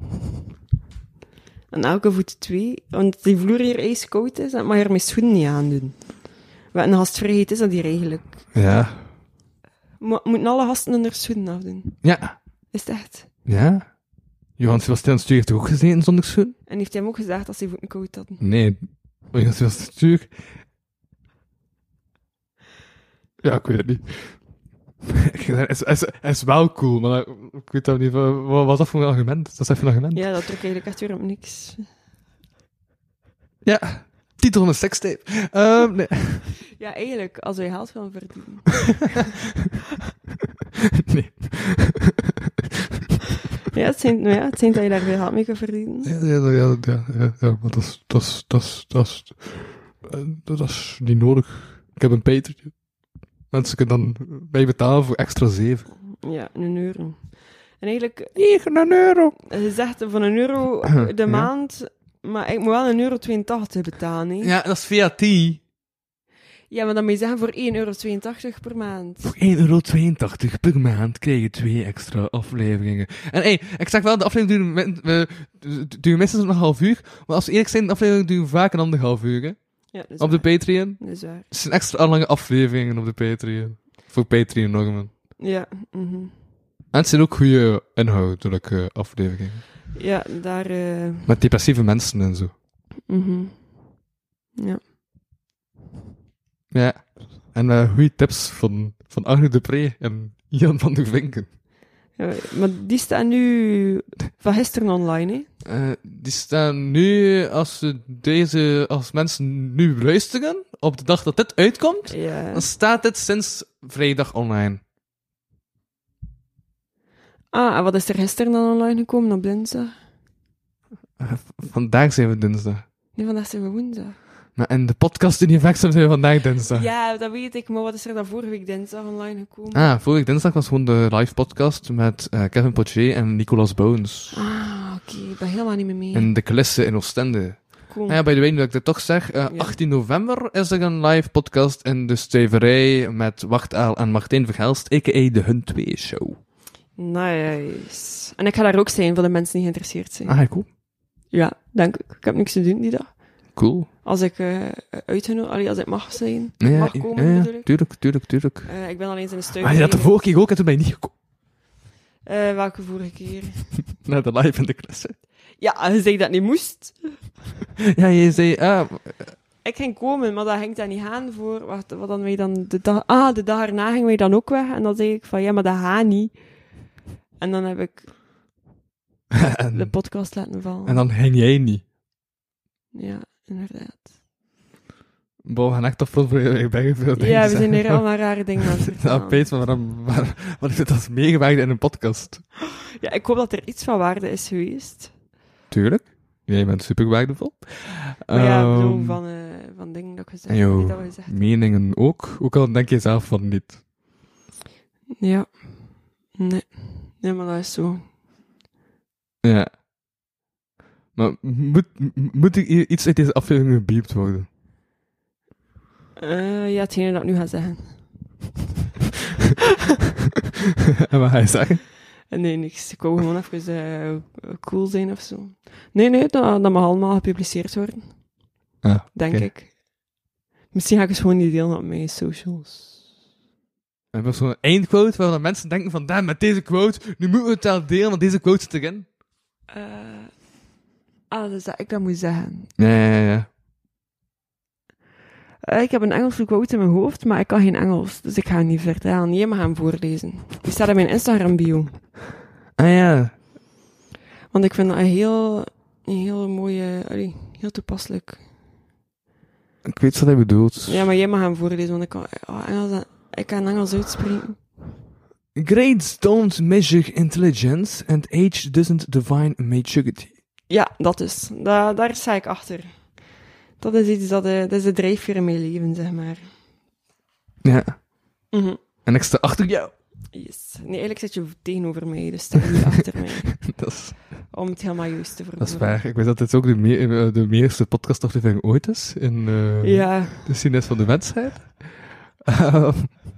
En elke voet twee. Want die vloer hier ijskoud is, en mag je er mijn schoenen niet aan doen. Wat een gastvrijheid is dat hier eigenlijk. Ja. Mo- moeten alle gasten hun schoenen afdoen? Ja. Is het echt? Ja. Johan Sebastian Stuur heeft toch ook gezeten zonder schoen? En heeft hij hem ook gezegd dat ze voeten koud hadden? Nee. Johan Sebastian Stuur... Ja, ik weet het niet. Hij is, is, is wel cool, maar ik weet dat niet. Wat was dat voor een argument? Dat is even een argument. Ja, dat trok eigenlijk echt weer op niks. Ja, titel van een sekstape. Um, nee. Ja, eigenlijk, als wij geld willen verdienen. nee. Ja, het zijn, ja, het zijn dat je daar veel geld mee kan verdienen. Ja, ja, ja, ja, ja, ja maar dat is, dat is, dat is, dat is, dat is niet nodig. Ik heb een Patreon. Mensen kunnen dan mij betalen voor extra zeven. Ja, een euro. En eigenlijk... negen een euro. Je zegt van een euro de Ja. maand, maar ik moet wel een euro tweeëntachtig betalen. Hè? Ja, dat is V A T. Ja, maar dan moet je zeggen voor één euro tweeëntachtig per maand. Voor één euro tweeëntachtig per maand krijg je twee extra afleveringen. En hey, ik zeg wel, de aflevering duurt, uh, duurt minstens een half uur. Maar als we eerlijk zijn, de aflevering duurt vaak een anderhalf uur. Hè? Ja, dat is Op de waar. Patreon. Dat is waar. Het zijn extra lange afleveringen op de Patreon. Voor Patreon-normen. Ja, mhm. En het zijn ook goede inhoudelijke afleveringen. Ja, daar... eh, Met depressieve mensen en zo. mhm. Ja. Ja. En uh, goede tips van, van Arno de Pre en Jan van der Vinken. Ja, maar die staan nu van gisteren online, hè? Uh, die staan nu, als, we deze, als mensen nu luisteren, op de dag dat dit uitkomt, Ja. dan staat dit sinds vrijdag online. Ah, en wat is er gisteren dan online gekomen op dinsdag? Uh, vandaag zijn we dinsdag. Nee, vandaag zijn we woensdag. Maar in de podcast-universum zijn we vandaag dinsdag. Ja, dat weet ik, maar wat is er dan vorige week dinsdag online gekomen? Ah, vorige dinsdag was gewoon de live podcast met uh, Kevin Potier en Nicolas Boons. Ah, oké, ik ben helemaal niet meer mee. In de coulissen in Oostende. Cool. Ah ja, by the way, nu dat ik dit toch zeg, uh, Ja. achttien november is er een live podcast in de Stuiverij met Wachtaal en Martijn Verhelst, a k a de Hun twee Show. Nice. En ik ga daar ook zijn voor de mensen die geïnteresseerd zijn. Ah, cool. Ja, denk ik. Ik heb niks te doen die dag. Cool. Als ik uh, uitgenodigd, allee, als ik mag zijn, Ja, mag ja, komen ja, bedoel ik. tuurlijk, tuurlijk, tuurlijk. Uh, ik ben alleen in de stuip. Ah, je had de vorige keer ook en toen ben je niet gekomen. Uh, welke vorige keer? Naar de live in de klasse. Ja, je zei dat niet moest. Ja, je zei, ah, Ik ging komen, maar dat ging dan niet gaan voor... Wacht, wat dan wij dan de dag... Ah, de dag erna gingen wij dan ook weg. En dan zei ik van, ja, maar dat gaat niet. En dan heb ik en, de podcast laten vallen. en dan ging jij niet. Ja, inderdaad. Bo, we gaan echt op voor ik ben veel dingen Ja, we zeggen. zijn hier allemaal rare dingen aan het Ja, vertellen. Peet, maar waarom, waarom, wat heeft dat meegewerkt in een podcast? Ja, ik hoop dat er iets van waarde is geweest. Tuurlijk. Jij bent super waardevol. Maar ja, ik bedoel, Ehm, van, uh, van dingen dat ik gezegd en heb, jouw niet dat we gezegd hebben. meningen ook, ook al denk je zelf van niet. Ja. Nee. Nee, maar dat is zo. Ja. Maar moet, m- moet ik hier iets uit deze aflevering gebiept worden? Uh, ja, hetgene dat ik nu ga zeggen. En wat ga je zeggen? Nee, niks. Ik wou gewoon even uh, cool zijn of zo. Nee, nee, dat, dat mag allemaal gepubliceerd worden. Ah, Denk oké. ik. Misschien ga ik eens gewoon niet delen op mijn socials. We hebben zo'n eindquote waar dan mensen denken van, damn, met deze quote, nu moeten we het wel delen, want deze quote zit erin. Uh, ah, dus dat ik dat moet zeggen. Ja, ja, ja. Uh, ik heb een Engelse quote in mijn hoofd, maar ik kan geen Engels, dus ik ga het niet vertellen. Jij mag hem voorlezen. Die staat in mijn Instagram-bio. Ah ja. Want ik vind dat een heel, een heel mooie, allee, heel toepasselijk. Ik weet wat hij bedoelt. Ja, maar jij mag hem voorlezen, want ik kan, oh, Engels, ik kan Engels uitspreken. Grades don't measure intelligence and age doesn't define maturity. Ja, dat is. Da, daar sta ik achter. Dat is iets dat, uh, dat is de drijfveer in mijn leven, zeg maar. Ja. Mhm. En ik sta achter jou. Yes. Nee, eigenlijk zit je tegenover mij, dus sta je niet achter mij. Dat is, Om het helemaal juist te dat verwoorden. is waar. Ik weet dat dit ook de, me de meerste podcastaflevering ooit is in uh, Ja. de geschiedenis van de mensheid. Um,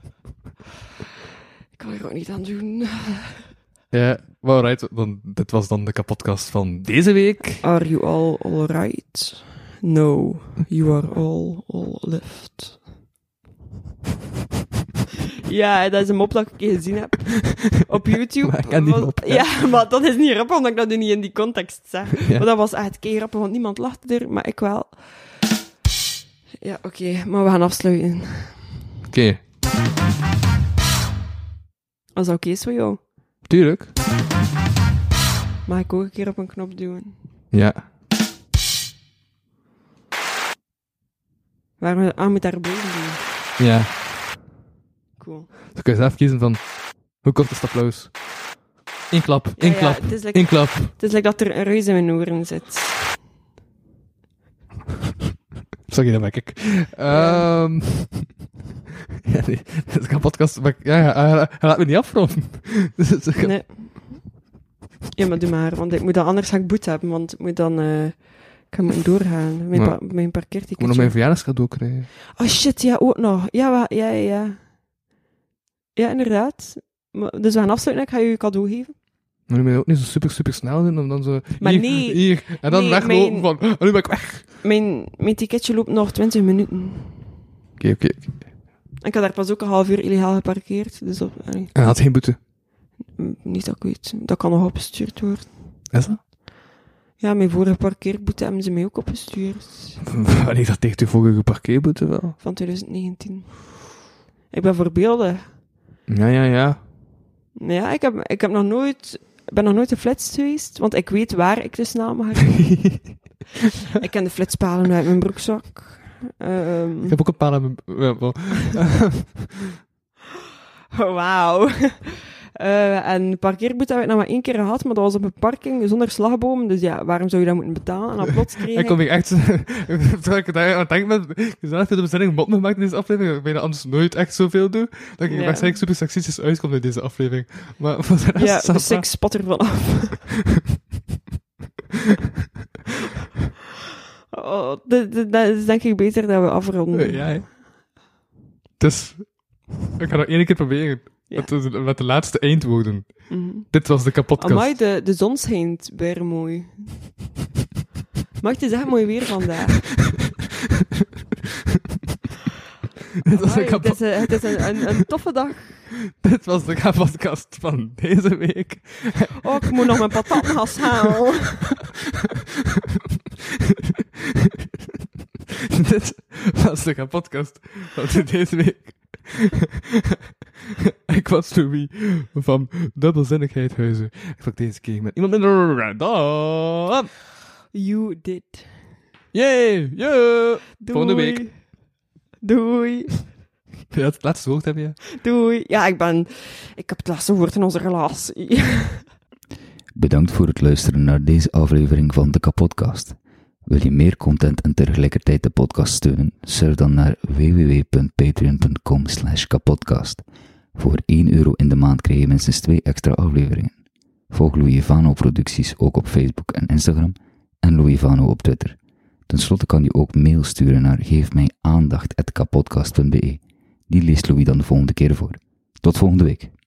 Ik kan er ook niet aan doen. ja, maar alright, dan, dit was dan de kapotkast van deze week. Are you all alright? No, you are all all left. Ja, dat is een mop dat ik een keer gezien heb. Op YouTube. Maar ik ken die Was- mop, ja. Ja, maar dat is niet grappig, omdat ik dat nu niet in die context zeg. Ja. Maar dat was echt kei grappig, want niemand lachte er, maar ik wel. Ja, oké, maar we gaan afsluiten. Oké, okay. Was dat oké is voor jou? Tuurlijk. Mag ik ook een keer op een knop duwen? Ja. Waarom we aan moet daar boven doen? Ja. Cool. Dan kun je zelf kiezen van, hoe kort is het applaus? Eén klap, Ja, één ja, klap, het is like- één klap. Het is like dat er een reus in mijn oren zit. Sorry, dat ben ik. Ehm ja, nee, dit is een podcast, maar ik- ja, ja, hij, hij laat me niet afronden. Dus het is een- Nee. Ja, maar doe maar, want ik moet dan, anders ga ik boete hebben, want ik moet dan... eh, ik ga moeten doorgaan. Mijn, Maar- pa- mijn parkeerticket. Ik moet nog mijn verjaardagscadeau krijgen. Oh shit, ja, ook nog. Ja, wa- ja, ja, ja. Ja, inderdaad. Maar, dus we gaan afsluiten, ik ga je je cadeau geven. Maar nu moet je ook niet zo super, super snel doen, om dan zo... Maar hier, nee. Hier, en dan Nee, weglopen mijn- van, oh, nu ben ik weg. Mijn, mijn ticketje loopt nog twintig minuten. Oké, oké. En ik had daar pas ook een half uur illegaal geparkeerd. Dus op, allee, En hij had geen boete. m- niet dat ik weet. Dat kan nog opgestuurd worden. Is dat? Ja, mijn vorige parkeerboete hebben ze mij ook opgestuurd. Wanneer dat tegen de vorige parkeerboete wel? Van twintig negentien. Ik ben voorbeeldig. Ja, ja, ja. Ja, ik, heb, ik heb nog nooit... Ik ben nog nooit geflitst geweest, want ik weet waar ik de snel mag rijden. Ik ken de flitspalen uit mijn broekzak. Ehm Ik heb ook een paal aan mijn... ja, wel. oh, wauw. Eh, en parkeerboete heb ik nog maar één keer gehad, maar dat was op een parking zonder slagboom. Dus ja, waarom zou je dat moeten betalen? En dan plots kreeg Ik ik... kom hier echt... Terwijl ik het aan het denken ben... Ik heb zelf de bestelling mop gemaakt in deze aflevering, dat ik bijna anders nooit echt zoveel doe. Dat ik Ja. waarschijnlijk super seksistisch uitkom in deze aflevering. Maar voor de rest... Ja, is dat dus ik spat er vanaf. Oh, dat, dat, dat is denk ik beter dat we afronden. Eh, Ja, hè. Dus... Ik ga nog één keer proberen. Ja. Met, de, met de laatste eindwoorden. Mhm. Dit was de kapotkast. Amai, de, de zon schijnt weer mooi. Mag het is echt mooi weer vandaag. Dit was de Amai, het kapot... is, een, het is een, een, een toffe dag. Dit was de kapotkast van deze week. Oh, ik moet nog mijn patatmas halen. Dit was de kapotkast van deze week. Ik was Louis van Dubbelzinnigheid Huizen. Ik vond deze keer met iemand minder dan... You did. Yay! Yeah! Doei. Volgende week. Doei. Ja, het laatste woord heb je. Doei. Ja, ik ben... Ik heb het laatste woord in onze relatie. Bedankt voor het luisteren naar deze aflevering van de Kapodcast. Wil je meer content en tegelijkertijd de podcast steunen? Surf dan naar w w w punt patreon punt com slash kapodcast. Voor één euro in de maand krijg je minstens twee extra afleveringen. Volg Louis Vano producties ook op Facebook en Instagram en Louis Vano op Twitter. Ten slotte kan je ook mail sturen naar geefmijaandacht apenstaartje kapodcast punt be. Die leest Louis dan de volgende keer voor. Tot volgende week.